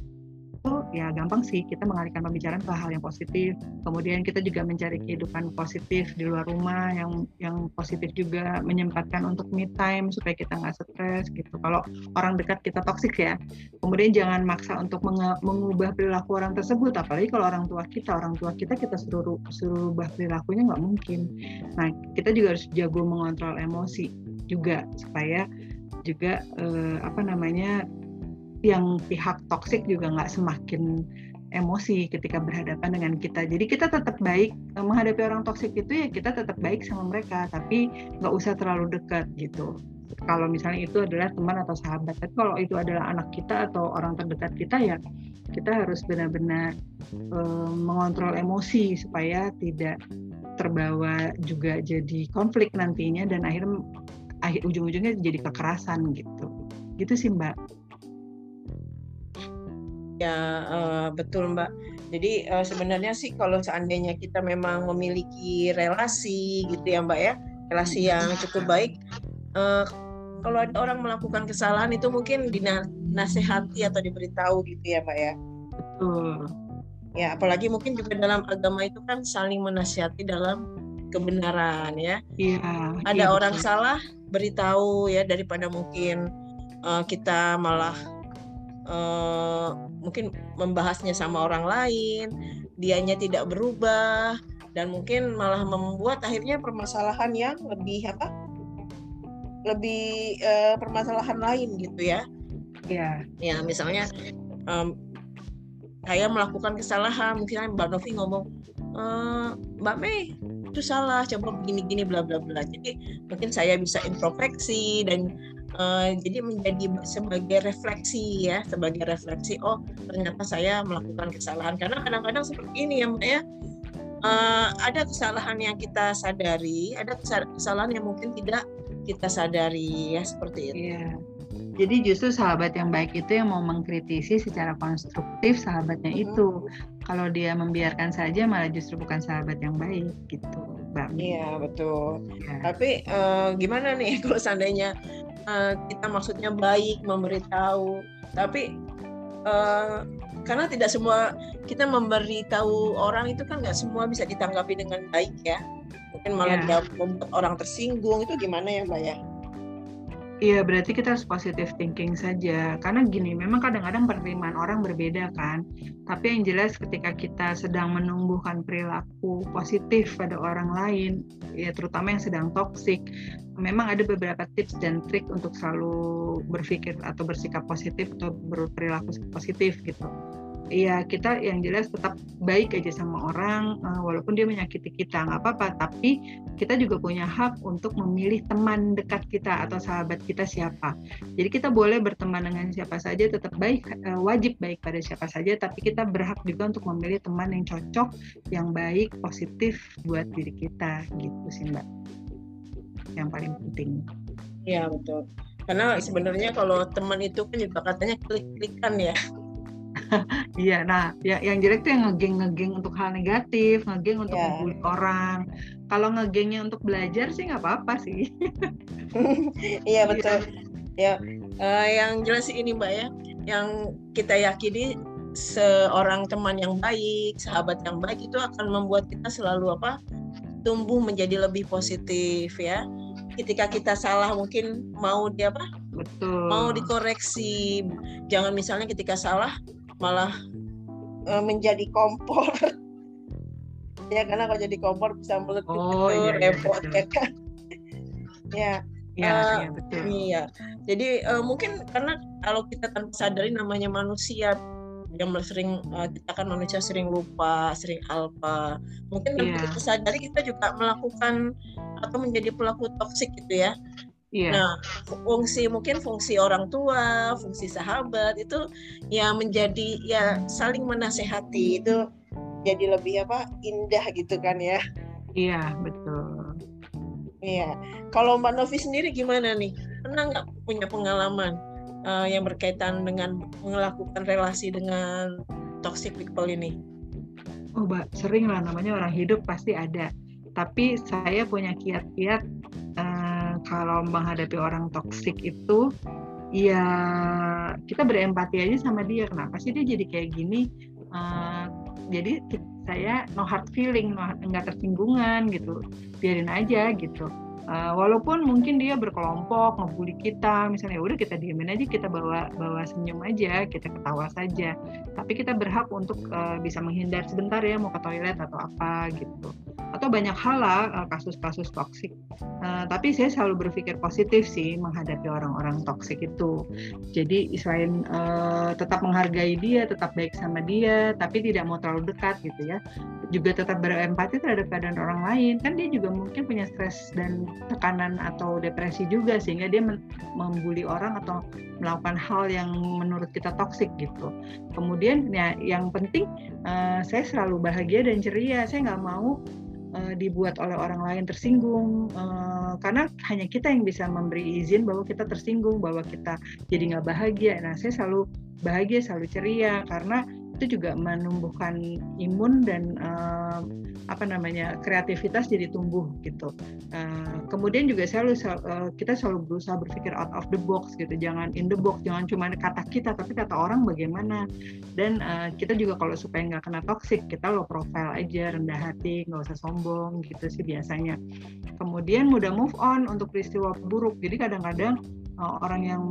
ya gampang sih, kita mengalihkan pembicaraan ke hal yang positif. Kemudian kita juga mencari kehidupan positif di luar rumah yang yang positif juga, menyempatkan untuk me time supaya kita nggak stres gitu. Kalau orang dekat kita toksik ya, kemudian jangan maksa untuk meng- mengubah perilaku orang tersebut. Apalagi kalau orang tua kita, orang tua kita kita suruh suruh ubah perilakunya nggak mungkin. Nah, kita juga harus jago mengontrol emosi juga supaya juga eh, apa namanya yang pihak toksik juga nggak semakin emosi ketika berhadapan dengan kita. Jadi kita tetap baik eh, menghadapi orang toksik itu ya kita tetap baik sama mereka, tapi nggak usah terlalu dekat gitu. Kalau misalnya itu adalah teman atau sahabat, tapi kalau itu adalah anak kita atau orang terdekat kita ya kita harus benar-benar eh, mengontrol emosi supaya tidak terbawa juga jadi konflik nantinya dan akhirnya akhir ujung-ujungnya jadi kekerasan gitu. Gitu sih, Mbak. Ya, uh, betul, Mbak. Jadi uh, sebenarnya sih kalau seandainya kita memang memiliki relasi gitu ya, Mbak ya, relasi yang cukup baik, uh, kalau ada orang melakukan kesalahan itu mungkin dinasehati atau diberitahu gitu ya, Mbak ya. Betul. Ya, apalagi mungkin juga dalam agama itu kan saling menasihati dalam kebenaran ya. Iya. Ada iya, orang betul. salah, beritahu ya, daripada mungkin uh, kita malah uh, mungkin membahasnya sama orang lain, dianya tidak berubah dan mungkin malah membuat akhirnya permasalahan yang lebih apa? Lebih uh, permasalahan lain gitu ya. Iya. Ya, misalnya um, saya melakukan kesalahan, mungkin Mbak Novi ngomong, e, Mbak Mei itu salah, coba begini-gini bla bla bla. Jadi mungkin saya bisa introspeksi dan uh, jadi menjadi sebagai refleksi ya, sebagai refleksi. Oh ternyata saya melakukan kesalahan, karena kadang-kadang seperti ini ya Mbak ya. Uh, ada kesalahan yang kita sadari, ada kesalahan yang mungkin tidak kita sadari ya, seperti itu. Iya. Jadi justru sahabat yang baik itu yang mau mengkritisi secara konstruktif sahabatnya mm-hmm. itu. Kalau dia membiarkan saja malah justru bukan sahabat yang baik gitu, Mbak. Iya betul. Ya. Tapi uh, gimana nih kalau seandainya uh, kita maksudnya baik memberitahu, tapi uh, karena tidak semua kita memberitahu orang itu kan nggak semua bisa ditanggapi dengan baik ya. Mungkin malah ya. Membuat orang tersinggung, itu gimana ya Mbak ya? Iya, berarti kita harus positive thinking saja. Karena gini, memang kadang-kadang penerimaan orang berbeda kan. Tapi yang jelas ketika kita sedang menumbuhkan perilaku positif pada orang lain, ya terutama yang sedang toksik, memang ada beberapa tips dan trik untuk selalu berpikir atau bersikap positif atau berperilaku positif gitu. Iya, kita yang jelas tetap baik aja sama orang, walaupun dia menyakiti kita, nggak apa-apa. Tapi kita juga punya hak untuk memilih teman dekat kita atau sahabat kita siapa. Jadi kita boleh berteman dengan siapa saja, tetap baik, wajib baik pada siapa saja, tapi kita berhak juga untuk memilih teman yang cocok, yang baik, positif buat diri kita, gitu sih Mbak. Yang paling penting. Iya, betul. Karena sebenarnya kalau teman itu kan juga katanya klik-klikan ya. Iya, nah ya, yang jelek tuh yang ngegeng-ngegeng untuk hal negatif, ngegeng untuk yeah. ngebully orang. Kalau ngegengnya untuk belajar sih nggak apa-apa sih. Iya betul. Ya, uh, yang jelas ini Mbak ya, yang kita yakini seorang teman yang baik, sahabat yang baik itu akan membuat kita selalu apa? tumbuh menjadi lebih positif ya. Ketika kita salah mungkin mau dia apa? Betul. Mau dikoreksi. Jangan misalnya ketika salah malah uh, menjadi kompor. Ya karena kalau jadi kompor bisa meletup, oh, iya, iya, repot ya kan. Ya. Iya, uh, iya betul. Iya. Jadi uh, mungkin karena kalau kita tanpa sadari namanya manusia yang sering uh, kita kan manusia sering lupa, sering alpa. Mungkin tanpa yeah. kita sadari kita juga melakukan atau menjadi pelaku toksik gitu ya. Yeah. Nah, fungsi mungkin fungsi orang tua, fungsi sahabat itu ya menjadi ya saling menasehati itu jadi lebih apa indah gitu kan ya. Iya, betul. Iya. Kalau Mbak Novi sendiri gimana nih? Pernah nggak punya pengalaman uh, yang berkaitan dengan melakukan relasi dengan toxic people ini? Oh, Mbak, sering lah, namanya orang hidup pasti ada. Tapi saya punya kiat-kiat uh, kalau menghadapi orang toxic itu, ya kita berempati aja sama dia. Kenapa sih dia jadi kayak gini? Uh, jadi saya no hard feeling, no, nggak tersinggungan gitu, biarin aja gitu. Uh, walaupun mungkin dia berkelompok ngebully kita, misalnya udah kita diemin aja, kita bawa bawa senyum aja, kita ketawa saja. Tapi kita berhak untuk uh, bisa menghindar sebentar ya, mau ke toilet atau apa gitu. Atau banyak hal lah uh, kasus-kasus toksik. Uh, tapi saya selalu berpikir positif sih menghadapi orang-orang toksik itu. Jadi selain uh, tetap menghargai dia, tetap baik sama dia, tapi tidak mau terlalu dekat gitu ya. Juga tetap berempati terhadap keadaan orang lain. Kan dia juga mungkin punya stres dan tekanan atau depresi juga, sehingga dia membuli orang atau melakukan hal yang menurut kita toksik gitu. Kemudian ya yang penting uh, saya selalu bahagia dan ceria. Saya nggak mau uh, dibuat oleh orang lain tersinggung, uh, karena hanya kita yang bisa memberi izin bahwa kita tersinggung, bahwa kita jadi nggak bahagia. Nah, saya selalu bahagia, selalu ceria, karena itu juga menumbuhkan imun dan uh, apa namanya kreativitas jadi tumbuh gitu. Uh, kemudian juga selalu uh, kita selalu berusaha berpikir out of the box gitu, jangan in the box, jangan cuma kata kita tapi kata orang bagaimana. Dan uh, kita juga kalau supaya nggak kena toksik, kita low profile aja, rendah hati, nggak usah sombong gitu sih biasanya. Kemudian mudah move on untuk peristiwa buruk. Jadi kadang-kadang uh, orang yang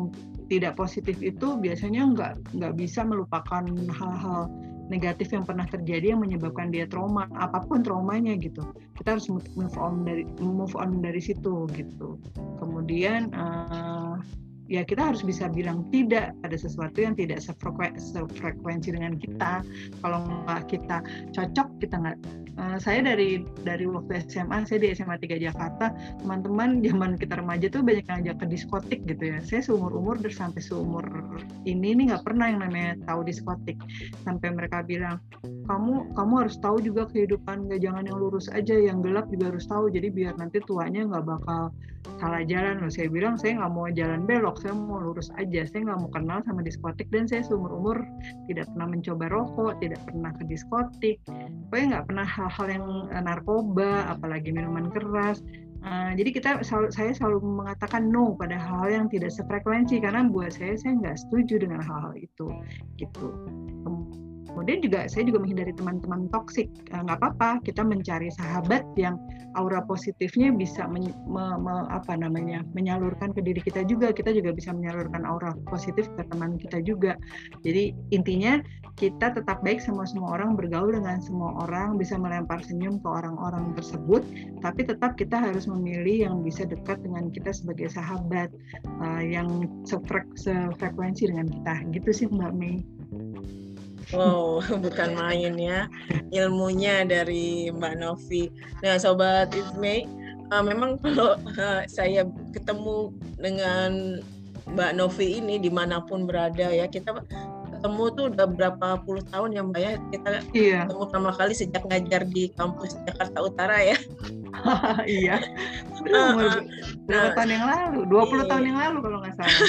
tidak positif itu biasanya nggak nggak bisa melupakan hal-hal negatif yang pernah terjadi yang menyebabkan dia trauma, apapun traumanya gitu. Kita harus move on dari move on dari situ gitu. Kemudian uh, ya kita harus bisa bilang tidak pada sesuatu yang tidak sefrekuensi dengan kita. Kalau nggak kita cocok, kita nggak. Uh, saya dari dari waktu S M A, saya di S M A tiga Jakarta, teman-teman zaman kita remaja tuh banyak yang ngajak ke diskotik gitu ya. Saya seumur-umur dan sampai seumur ini nih nggak pernah yang namanya tahu diskotik. Sampai mereka bilang, kamu kamu harus tahu juga kehidupan, nggak jangan yang lurus aja, yang gelap juga harus tahu. Jadi biar nanti tuanya nggak bakal salah jalan. Loh, saya bilang saya nggak mau jalan belok, saya mau lurus aja. Saya nggak mau kenal sama diskotik, dan saya seumur-umur tidak pernah mencoba rokok, tidak pernah ke diskotik, pokoknya nggak pernah hal-hal yang narkoba, apalagi minuman keras. Uh, jadi kita selalu, saya selalu mengatakan no pada hal yang tidak sefrekuensi, karena buat saya saya nggak setuju dengan hal-hal itu gitu. Kemudian juga saya juga menghindari teman-teman toksik. Nggak apa-apa kita mencari sahabat yang aura positifnya bisa men, me, me, apa namanya menyalurkan ke diri kita juga. Kita juga bisa menyalurkan aura positif ke teman kita juga. Jadi intinya kita tetap baik sama semua orang, bergaul dengan semua orang, bisa melempar senyum ke orang-orang tersebut, tapi tetap kita harus memilih yang bisa dekat dengan kita sebagai sahabat, uh, yang sefrek, sefrekuensi dengan kita. Gitu sih Mbak Mei. Wow, bukan main ya ilmunya dari Mbak Novi. Nah, Sobat It's Me, uh, memang kalau uh, saya ketemu dengan Mbak Novi ini dimanapun berada ya, kita ketemu tuh udah berapa puluh tahun ya Mbak ya. Kita iya. ketemu pertama kali sejak ngajar di kampus Jakarta Utara ya. Iya. Udah, uh, berapa uh, tahun yang lalu? dua puluh iya. tahun yang lalu kalau nggak salah.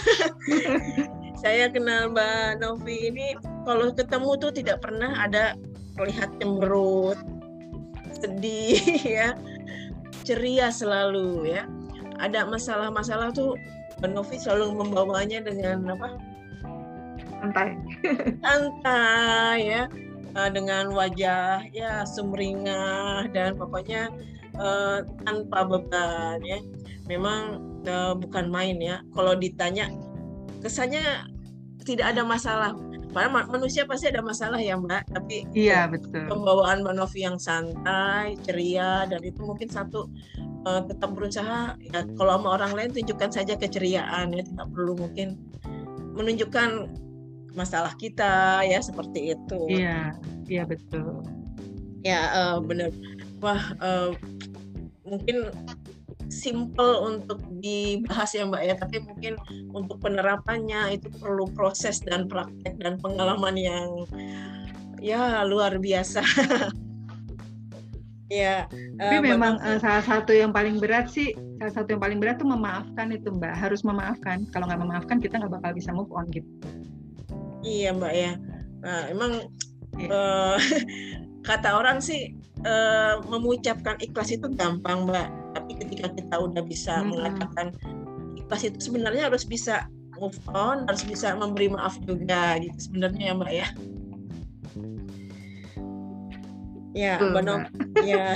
Saya kenal Mbak Novi ini, kalau ketemu tuh tidak pernah ada terlihat cemberut, sedih ya, ceria selalu ya. Ada masalah-masalah tuh Mbak Novi selalu membawanya dengan apa? Santai. Santai ya. uh, dengan wajah ya sumringah dan pokoknya uh, tanpa beban ya. Memang uh, bukan main ya. Kalau ditanya kesannya tidak ada masalah. Padahal manusia pasti ada masalah ya Mbak. Tapi Iya, ya, betul. pembawaan Mbak Novi yang santai, ceria, dan itu mungkin satu uh, tetap berusaha ya kalau sama orang lain tunjukkan saja keceriaan ya, tidak perlu mungkin menunjukkan masalah kita ya seperti itu. Iya, iya betul. Ya uh, benar. Wah uh, mungkin simple untuk dibahas ya Mbak ya, tapi mungkin untuk penerapannya itu perlu proses dan praktek dan pengalaman yang ya luar biasa. Ya, tapi uh, memang uh, salah satu yang paling berat sih, salah satu yang paling berat tuh memaafkan itu Mbak, harus memaafkan. Kalau nggak memaafkan kita nggak bakal bisa move on gitu. Iya Mbak ya. Nah, emang yeah. uh, kata orang sih uh, mengucapkan ikhlas itu gampang Mbak, tapi ketika kita udah bisa hmm. mengatakan ikhlas itu sebenarnya harus bisa move on, harus bisa memberi maaf juga gitu sebenarnya ya Mbak ya. Ya, Mbak Novi. Ya.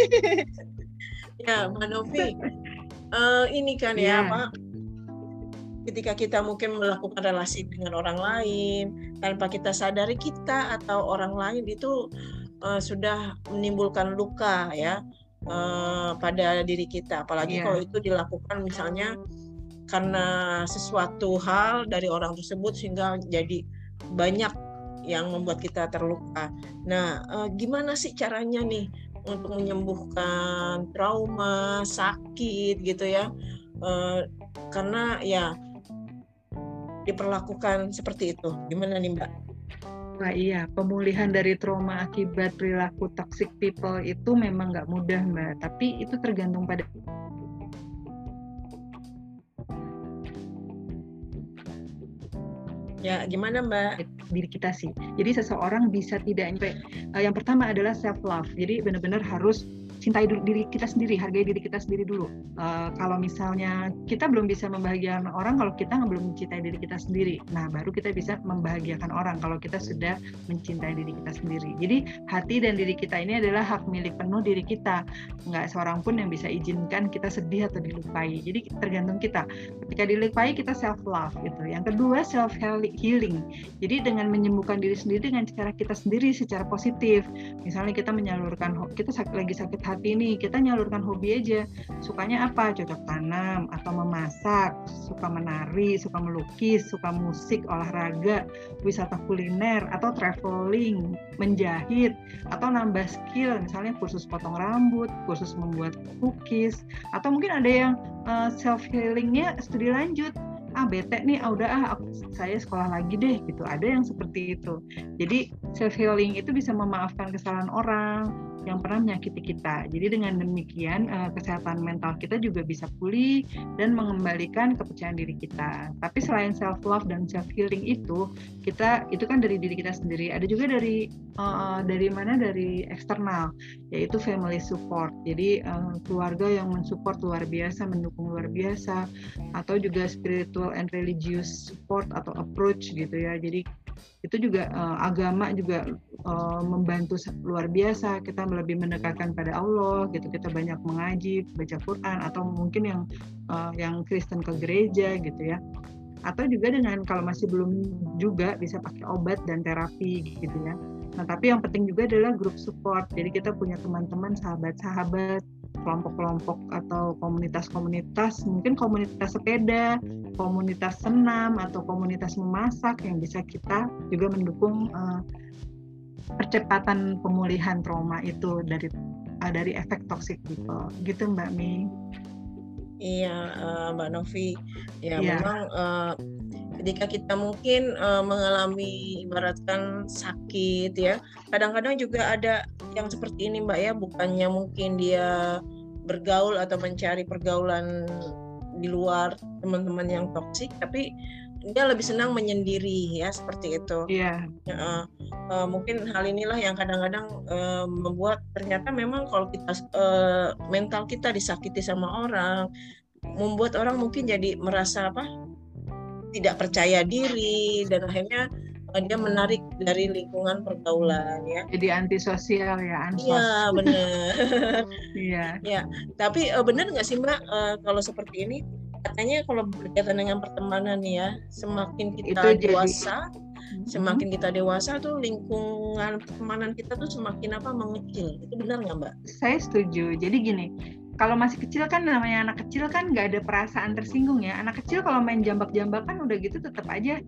Ya, Mbak Novi. Uh, ini kan yeah. ya, Pak. Ketika kita mungkin melakukan relasi dengan orang lain, tanpa kita sadari kita atau orang lain itu uh, sudah menimbulkan luka ya uh, pada diri kita. Apalagi yeah. kalau itu dilakukan misalnya karena sesuatu hal dari orang tersebut sehingga jadi banyak yang membuat kita terluka. Nah, eh, gimana sih caranya nih untuk menyembuhkan trauma, sakit gitu ya? Eh, karena ya diperlakukan seperti itu. Gimana nih Mbak? Wah iya, pemulihan dari trauma akibat perilaku toxic people itu memang nggak mudah Mbak. Tapi itu tergantung pada ya gimana Mbak? Diri kita sih. Jadi seseorang bisa tidak nyampe. Uh, yang pertama adalah self love. Jadi benar-benar harus cintai diri kita sendiri, hargai diri kita sendiri dulu. Uh, kalau misalnya kita belum bisa membahagiakan orang kalau kita belum mencintai diri kita sendiri. Nah, baru kita bisa membahagiakan orang kalau kita sudah mencintai diri kita sendiri. Jadi hati dan diri kita ini adalah hak milik penuh diri kita. Nggak seorang pun yang bisa izinkan kita sedih atau dilupai. Jadi tergantung kita. Ketika dilupai kita self love gitu. Yang kedua self healing. Jadi dengan menyembuhkan diri sendiri dengan cara kita sendiri secara positif. Misalnya kita menyalurkan, kita lagi sakit hati nih, kita nyalurkan hobi aja. Sukanya apa? Cocok tanam atau memasak, suka menari, suka melukis, suka musik, olahraga, wisata kuliner atau traveling, menjahit atau nambah skill, misalnya kursus potong rambut, kursus membuat cookies, atau mungkin ada yang uh, self healingnya studi lanjut. Ah bete nih, ah udah ah aku, saya sekolah lagi deh gitu. Ada yang seperti itu. Jadi self healing itu bisa memaafkan kesalahan orang yang pernah menyakiti kita. Jadi dengan demikian kesehatan mental kita juga bisa pulih dan mengembalikan kepercayaan diri kita. Tapi selain self love dan self healing itu, kita itu kan dari diri kita sendiri. Ada juga dari uh, dari mana dari eksternal, yaitu family support. Jadi uh, keluarga yang mensupport luar biasa, mendukung luar biasa, atau juga spiritual and religious support atau approach gitu ya. Jadi itu juga uh, agama juga uh, membantu luar biasa. Kita lebih mendekatkan pada Allah gitu, kita banyak mengaji, baca Quran, atau mungkin yang uh, yang Kristen ke gereja gitu ya. Atau juga dengan kalau masih belum juga bisa pakai obat dan terapi gitu ya. Nah tapi yang penting juga adalah group support. Jadi kita punya teman-teman, sahabat-sahabat, kelompok-kelompok atau komunitas-komunitas, mungkin komunitas sepeda, komunitas senam, atau komunitas memasak yang bisa kita juga mendukung uh, percepatan pemulihan trauma itu dari uh, dari efek toxic people. Gitu Mbak Mi. Iya uh, Mbak Novi. Ya, ya. Memang uh, ketika kita mungkin uh, mengalami ibaratkan sakit ya, kadang-kadang juga ada yang seperti ini Mbak ya, bukannya mungkin dia bergaul atau mencari pergaulan di luar teman-teman yang toksik, tapi dia lebih senang menyendiri ya, seperti itu. Iya. Uh, uh, mungkin hal inilah yang kadang-kadang uh, membuat ternyata memang kalau kita uh, mental kita disakiti sama orang, membuat orang mungkin jadi merasa apa? Tidak percaya diri, dan akhirnya uh, dia menarik dari lingkungan pergaulan ya. Jadi antisosial ya, ansos. Iya benar. Iya. Ya, tapi uh, benar nggak sih Mbak uh, kalau seperti ini? Katanya kalau berkaitan dengan pertemanan ya, semakin kita Itu dewasa, jadi, semakin kita dewasa tuh lingkungan pertemanan kita tuh semakin apa mengecil. Itu benar nggak Mbak? Saya setuju. Jadi gini, kalau masih kecil kan namanya anak kecil kan nggak ada perasaan tersinggung ya. Anak kecil kalau main jambak-jambakan udah gitu tetap aja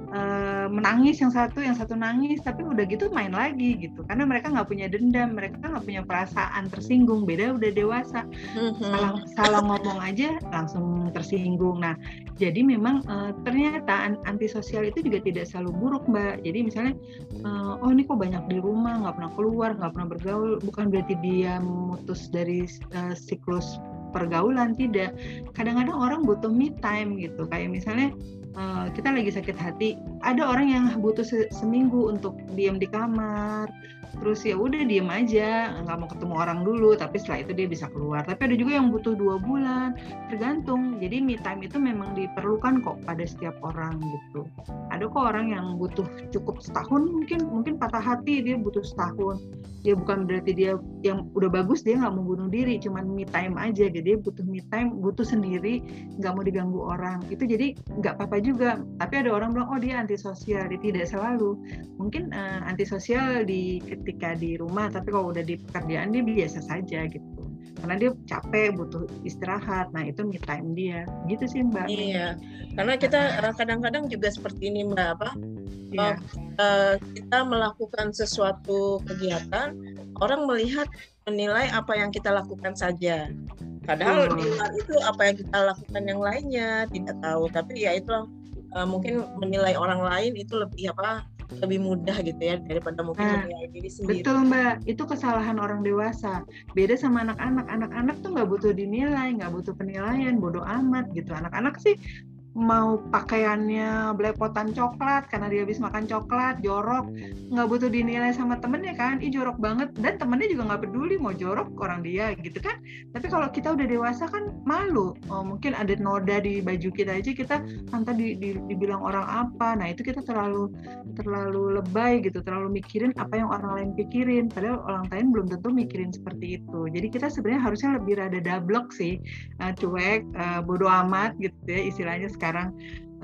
uh, menangis yang satu, yang satu nangis, tapi udah gitu main lagi gitu. Karena mereka nggak punya dendam, mereka nggak punya perasaan tersinggung. Beda udah dewasa, salah salah ngomong aja langsung tersinggung. Nah, jadi memang uh, ternyata antisosial itu juga tidak selalu buruk Mbak. Jadi misalnya, uh, oh ini kok banyak di rumah, nggak pernah keluar, nggak pernah bergaul, bukan berarti dia memutus dari uh, siklus pergaulan, tidak. Kadang-kadang orang butuh me time gitu. Kayak misalnya uh, kita lagi sakit hati, ada orang yang butuh se- seminggu untuk diam di kamar, terus ya udah diem aja, nggak mau ketemu orang dulu, tapi setelah itu dia bisa keluar. Tapi ada juga yang butuh dua bulan, tergantung. Jadi me time itu memang diperlukan kok pada setiap orang gitu. Ada kok orang yang butuh cukup setahun, mungkin mungkin patah hati dia butuh setahun. Dia bukan berarti dia yang udah bagus dia nggak mau bunuh diri, cuman me time aja. Jadi dia butuh me time, butuh sendiri, nggak mau diganggu orang. Itu jadi nggak apa-apa juga. Tapi ada orang bilang oh dia antisosial, dia tidak selalu. Mungkin uh, antisosial di ketika di rumah, tapi kalau udah di pekerjaan dia biasa saja gitu. Karena dia capek, butuh istirahat. Nah itu me time dia. Gitu sih Mbak. Iya, karena kita kadang-kadang juga seperti ini Mbak, apa? Iya. Uh, kita melakukan sesuatu kegiatan, orang melihat menilai apa yang kita lakukan saja. Padahal oh. di luar itu apa yang kita lakukan yang lainnya tidak tahu. Tapi ya itu uh, mungkin menilai orang lain itu lebih apa? Lebih mudah gitu ya daripada mungkin nah, menilai diri sendiri. Betul Mbak, itu kesalahan orang dewasa. Beda sama anak-anak. Anak-anak tuh nggak butuh dinilai, nggak butuh penilaian, bodoh amat gitu. Anak-anak sih mau pakaiannya belepotan coklat karena dia habis makan coklat, jorok, nggak butuh dinilai sama temennya kan, ih jorok banget, dan temennya juga nggak peduli mau jorok orang dia gitu kan. Tapi kalau kita udah dewasa kan malu, oh, mungkin ada noda di baju kita aja kita nanti di, di, dibilang orang apa, nah itu kita terlalu terlalu lebay gitu, terlalu mikirin apa yang orang lain pikirin, padahal orang lain belum tentu mikirin seperti itu. Jadi kita sebenarnya harusnya lebih rada dablek sih, uh, cuek, uh, bodo amat gitu ya istilahnya. Sekarang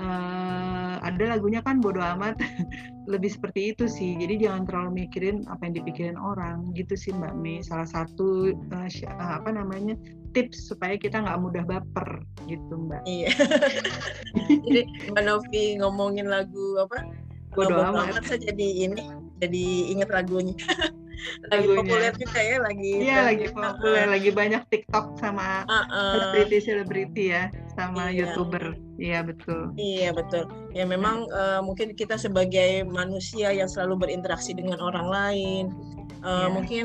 uh, ada lagunya kan bodo amat, lebih seperti itu sih. Jadi jangan terlalu mikirin apa yang dipikirin orang gitu sih Mbak Mi. Salah satu uh, apa namanya tips supaya kita nggak mudah baper gitu Mbak. Iya. Jadi Mbak Novi ngomongin lagu apa? Bodo amat. amat saya jadi ini, jadi ingat lagunya. Lagi lagunya. Populer juga ya, lagi iya lagi populer, uh, lagi banyak TikTok sama selebriti-selebriti uh, uh. ya, sama iya. YouTuber, iya betul. Iya betul. Ya memang uh, mungkin kita sebagai manusia yang selalu berinteraksi dengan orang lain, uh, yeah. mungkin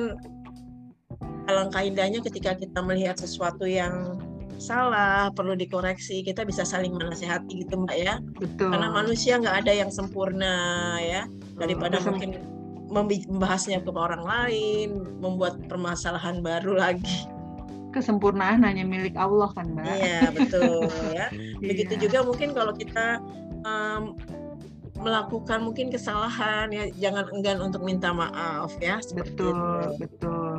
alangkah indahnya ketika kita melihat sesuatu yang salah, perlu dikoreksi, kita bisa saling menasehati gitu Mbak ya. Betul. Karena manusia nggak ada yang sempurna ya, daripada Betul. mungkin membahasnya ke orang lain, membuat permasalahan baru lagi. Kesempurnaan hanya milik Allah kan Mbak. Iya betul ya. Begitu iya. juga mungkin kalau kita um, melakukan mungkin kesalahan ya, jangan enggan untuk minta maaf ya. Betul itu. betul.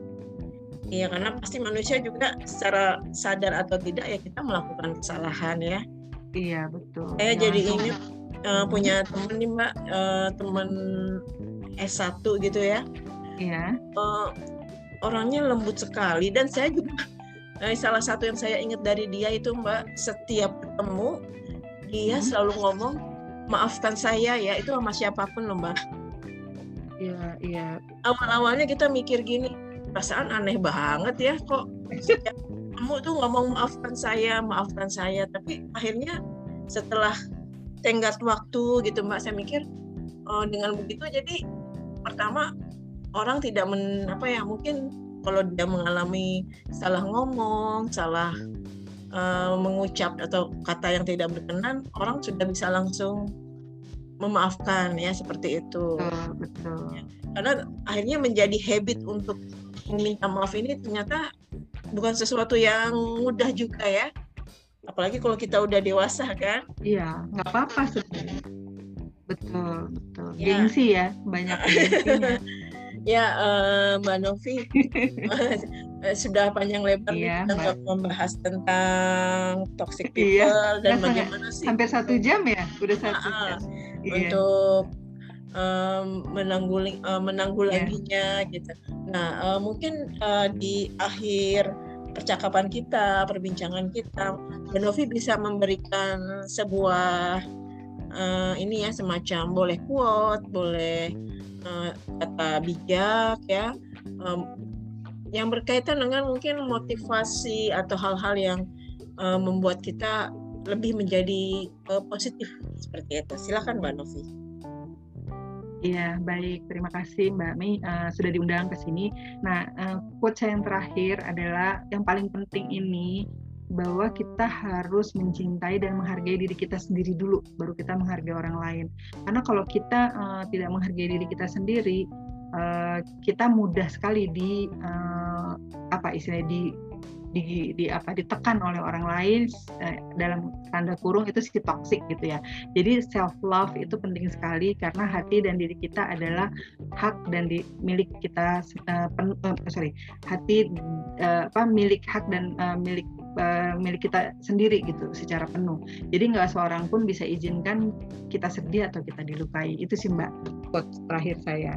Iya karena pasti manusia juga secara sadar atau tidak ya kita melakukan kesalahan ya. Iya betul. Saya jadi ingat uh, punya teman nih Mbak, uh, teman S satu gitu ya. Iya. Uh, orangnya lembut sekali dan saya juga eh, salah satu yang saya ingat dari dia itu Mbak, setiap ketemu dia hmm. selalu ngomong maafkan saya ya, itu sama siapapun loh Mbak. Iya, iya. Awal-awalnya kita mikir gini, perasaan aneh banget ya kok setiap ketemu tuh ngomong maafkan saya, maafkan saya, tapi akhirnya setelah tenggat waktu gitu Mbak, saya mikir oh, dengan begitu jadi pertama orang tidak men, apa ya mungkin kalau dia mengalami salah ngomong, salah uh, mengucap atau kata yang tidak berkenan, orang sudah bisa langsung memaafkan ya seperti itu. Betul, betul. Ya, karena akhirnya menjadi habit untuk meminta maaf ini ternyata bukan sesuatu yang mudah juga ya. Apalagi kalau kita udah dewasa kan? Iya, nggak apa-apa sebenarnya. Betul, betul. Ya. Gengsi ya, banyak gengsinya. Ya, uh, Mbak Novi, sudah panjang lebar iya, nih kita nggak membahas tentang toxic people iya, dan nah, bagaimana sih hampir satu jam ya, udah satu uh, jam. Untuk um, menangguling, uh, menanggulanginya yeah. gitu. Nah, uh, mungkin uh, di akhir percakapan kita, perbincangan kita, Mbak Novi bisa memberikan sebuah uh, ini ya, semacam boleh quote, boleh uh, kata bijak ya, um, yang berkaitan dengan mungkin motivasi atau hal-hal yang uh, membuat kita lebih menjadi uh, positif seperti itu. Silakan Mbak Novi. Iya, baik. Terima kasih Mbak Mei uh, sudah diundang ke sini. Nah, uh, quote saya yang terakhir adalah yang paling penting ini, bahwa kita harus mencintai dan menghargai diri kita sendiri dulu, baru kita menghargai orang lain. Karena kalau kita uh, tidak menghargai diri kita sendiri, uh, kita mudah sekali di uh, apa istilahnya di Di, di apa ditekan oleh orang lain, eh, dalam tanda kurung itu si toxic gitu ya. Jadi self love itu penting sekali, karena hati dan diri kita adalah hak dan di, milik kita uh, pen, uh, sorry hati uh, apa milik hak dan uh, milik uh, milik kita sendiri gitu secara penuh. Jadi nggak seorang pun bisa izinkan kita sedih atau kita dilukai. Itu sih Mbak quote terakhir saya.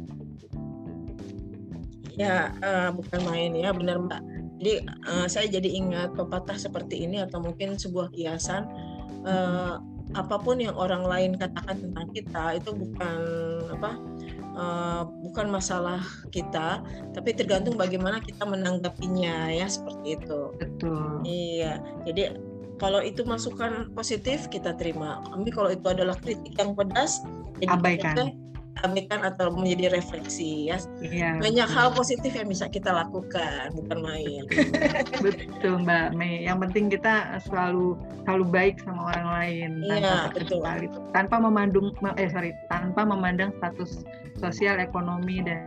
Ya, uh, bukan main ya, benar Mbak. Jadi uh, saya jadi ingat pepatah seperti ini, atau mungkin sebuah kiasan, uh, apapun yang orang lain katakan tentang kita itu bukan apa uh, bukan masalah kita, tapi tergantung bagaimana kita menanggapinya ya, seperti itu. Betul. Iya, jadi kalau itu masukan positif kita terima, tapi kalau itu adalah kritik yang pedas, jadi abaikan. kita abaikan atau menjadi refleksi ya. Iya, banyak betul. hal positif yang bisa kita lakukan, bukan main. Betul Mbak Mei. Yang penting kita selalu selalu baik sama orang lain, iya, tanpa betul. tanpa memandang eh sorry tanpa memandang status sosial, ekonomi dan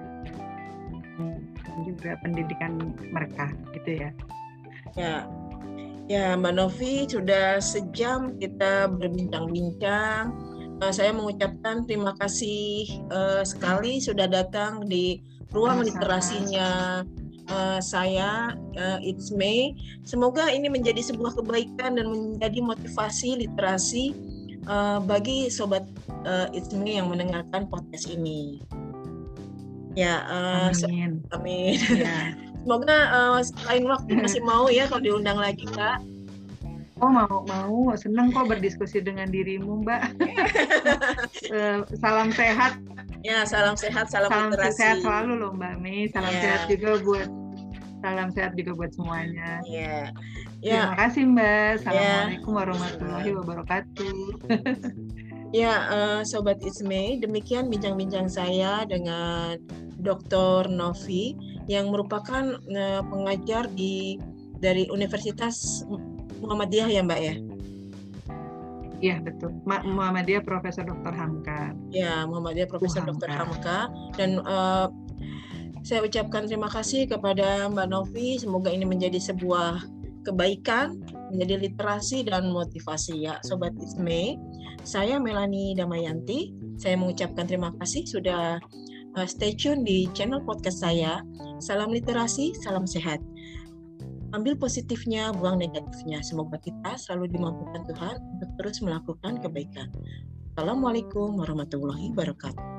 juga pendidikan mereka, gitu ya. Ya, ya Mbak Novi, sudah sejam kita berbincang-bincang. Uh, saya mengucapkan terima kasih uh, sekali sudah datang di ruang Sama-sama. literasinya uh, saya, uh, It's May. Semoga ini menjadi sebuah kebaikan dan menjadi motivasi literasi uh, bagi sobat uh, It's May yang mendengarkan podcast ini. Ya, uh, amin. Amin. Ya. Semoga uh, lain waktu masih mau ya kalau diundang lagi Kak. Oh mau mau senang kok berdiskusi dengan dirimu Mbak. Salam sehat. Ya salam sehat, salam, salam literasi. sehat selalu loh Mbak Mei. Salam ya. sehat juga buat salam sehat juga buat semuanya. Ya. Ya. Terima kasih Mbak. Assalamualaikum ya. warahmatullahi wabarakatuh. Ya uh, Sobat It's May, demikian bincang-bincang saya dengan Doktor Novi yang merupakan uh, pengajar di dari Universitas Muhammadiyah ya Mbak ya? Iya betul, Muhammadiyah Profesor Doktor Hamka. Ya, Muhammadiyah Profesor Doktor Hamka. Dan uh, saya ucapkan terima kasih kepada Mbak Novi. Semoga ini menjadi sebuah kebaikan, menjadi literasi dan motivasi ya Sobat It's May. Saya Melanie Damayanti. Saya mengucapkan terima kasih sudah uh, stay tune di channel podcast saya. Salam literasi, salam sehat. Ambil positifnya, buang negatifnya. Semoga kita selalu dimampukan Tuhan untuk terus melakukan kebaikan. Assalamualaikum warahmatullahi wabarakatuh.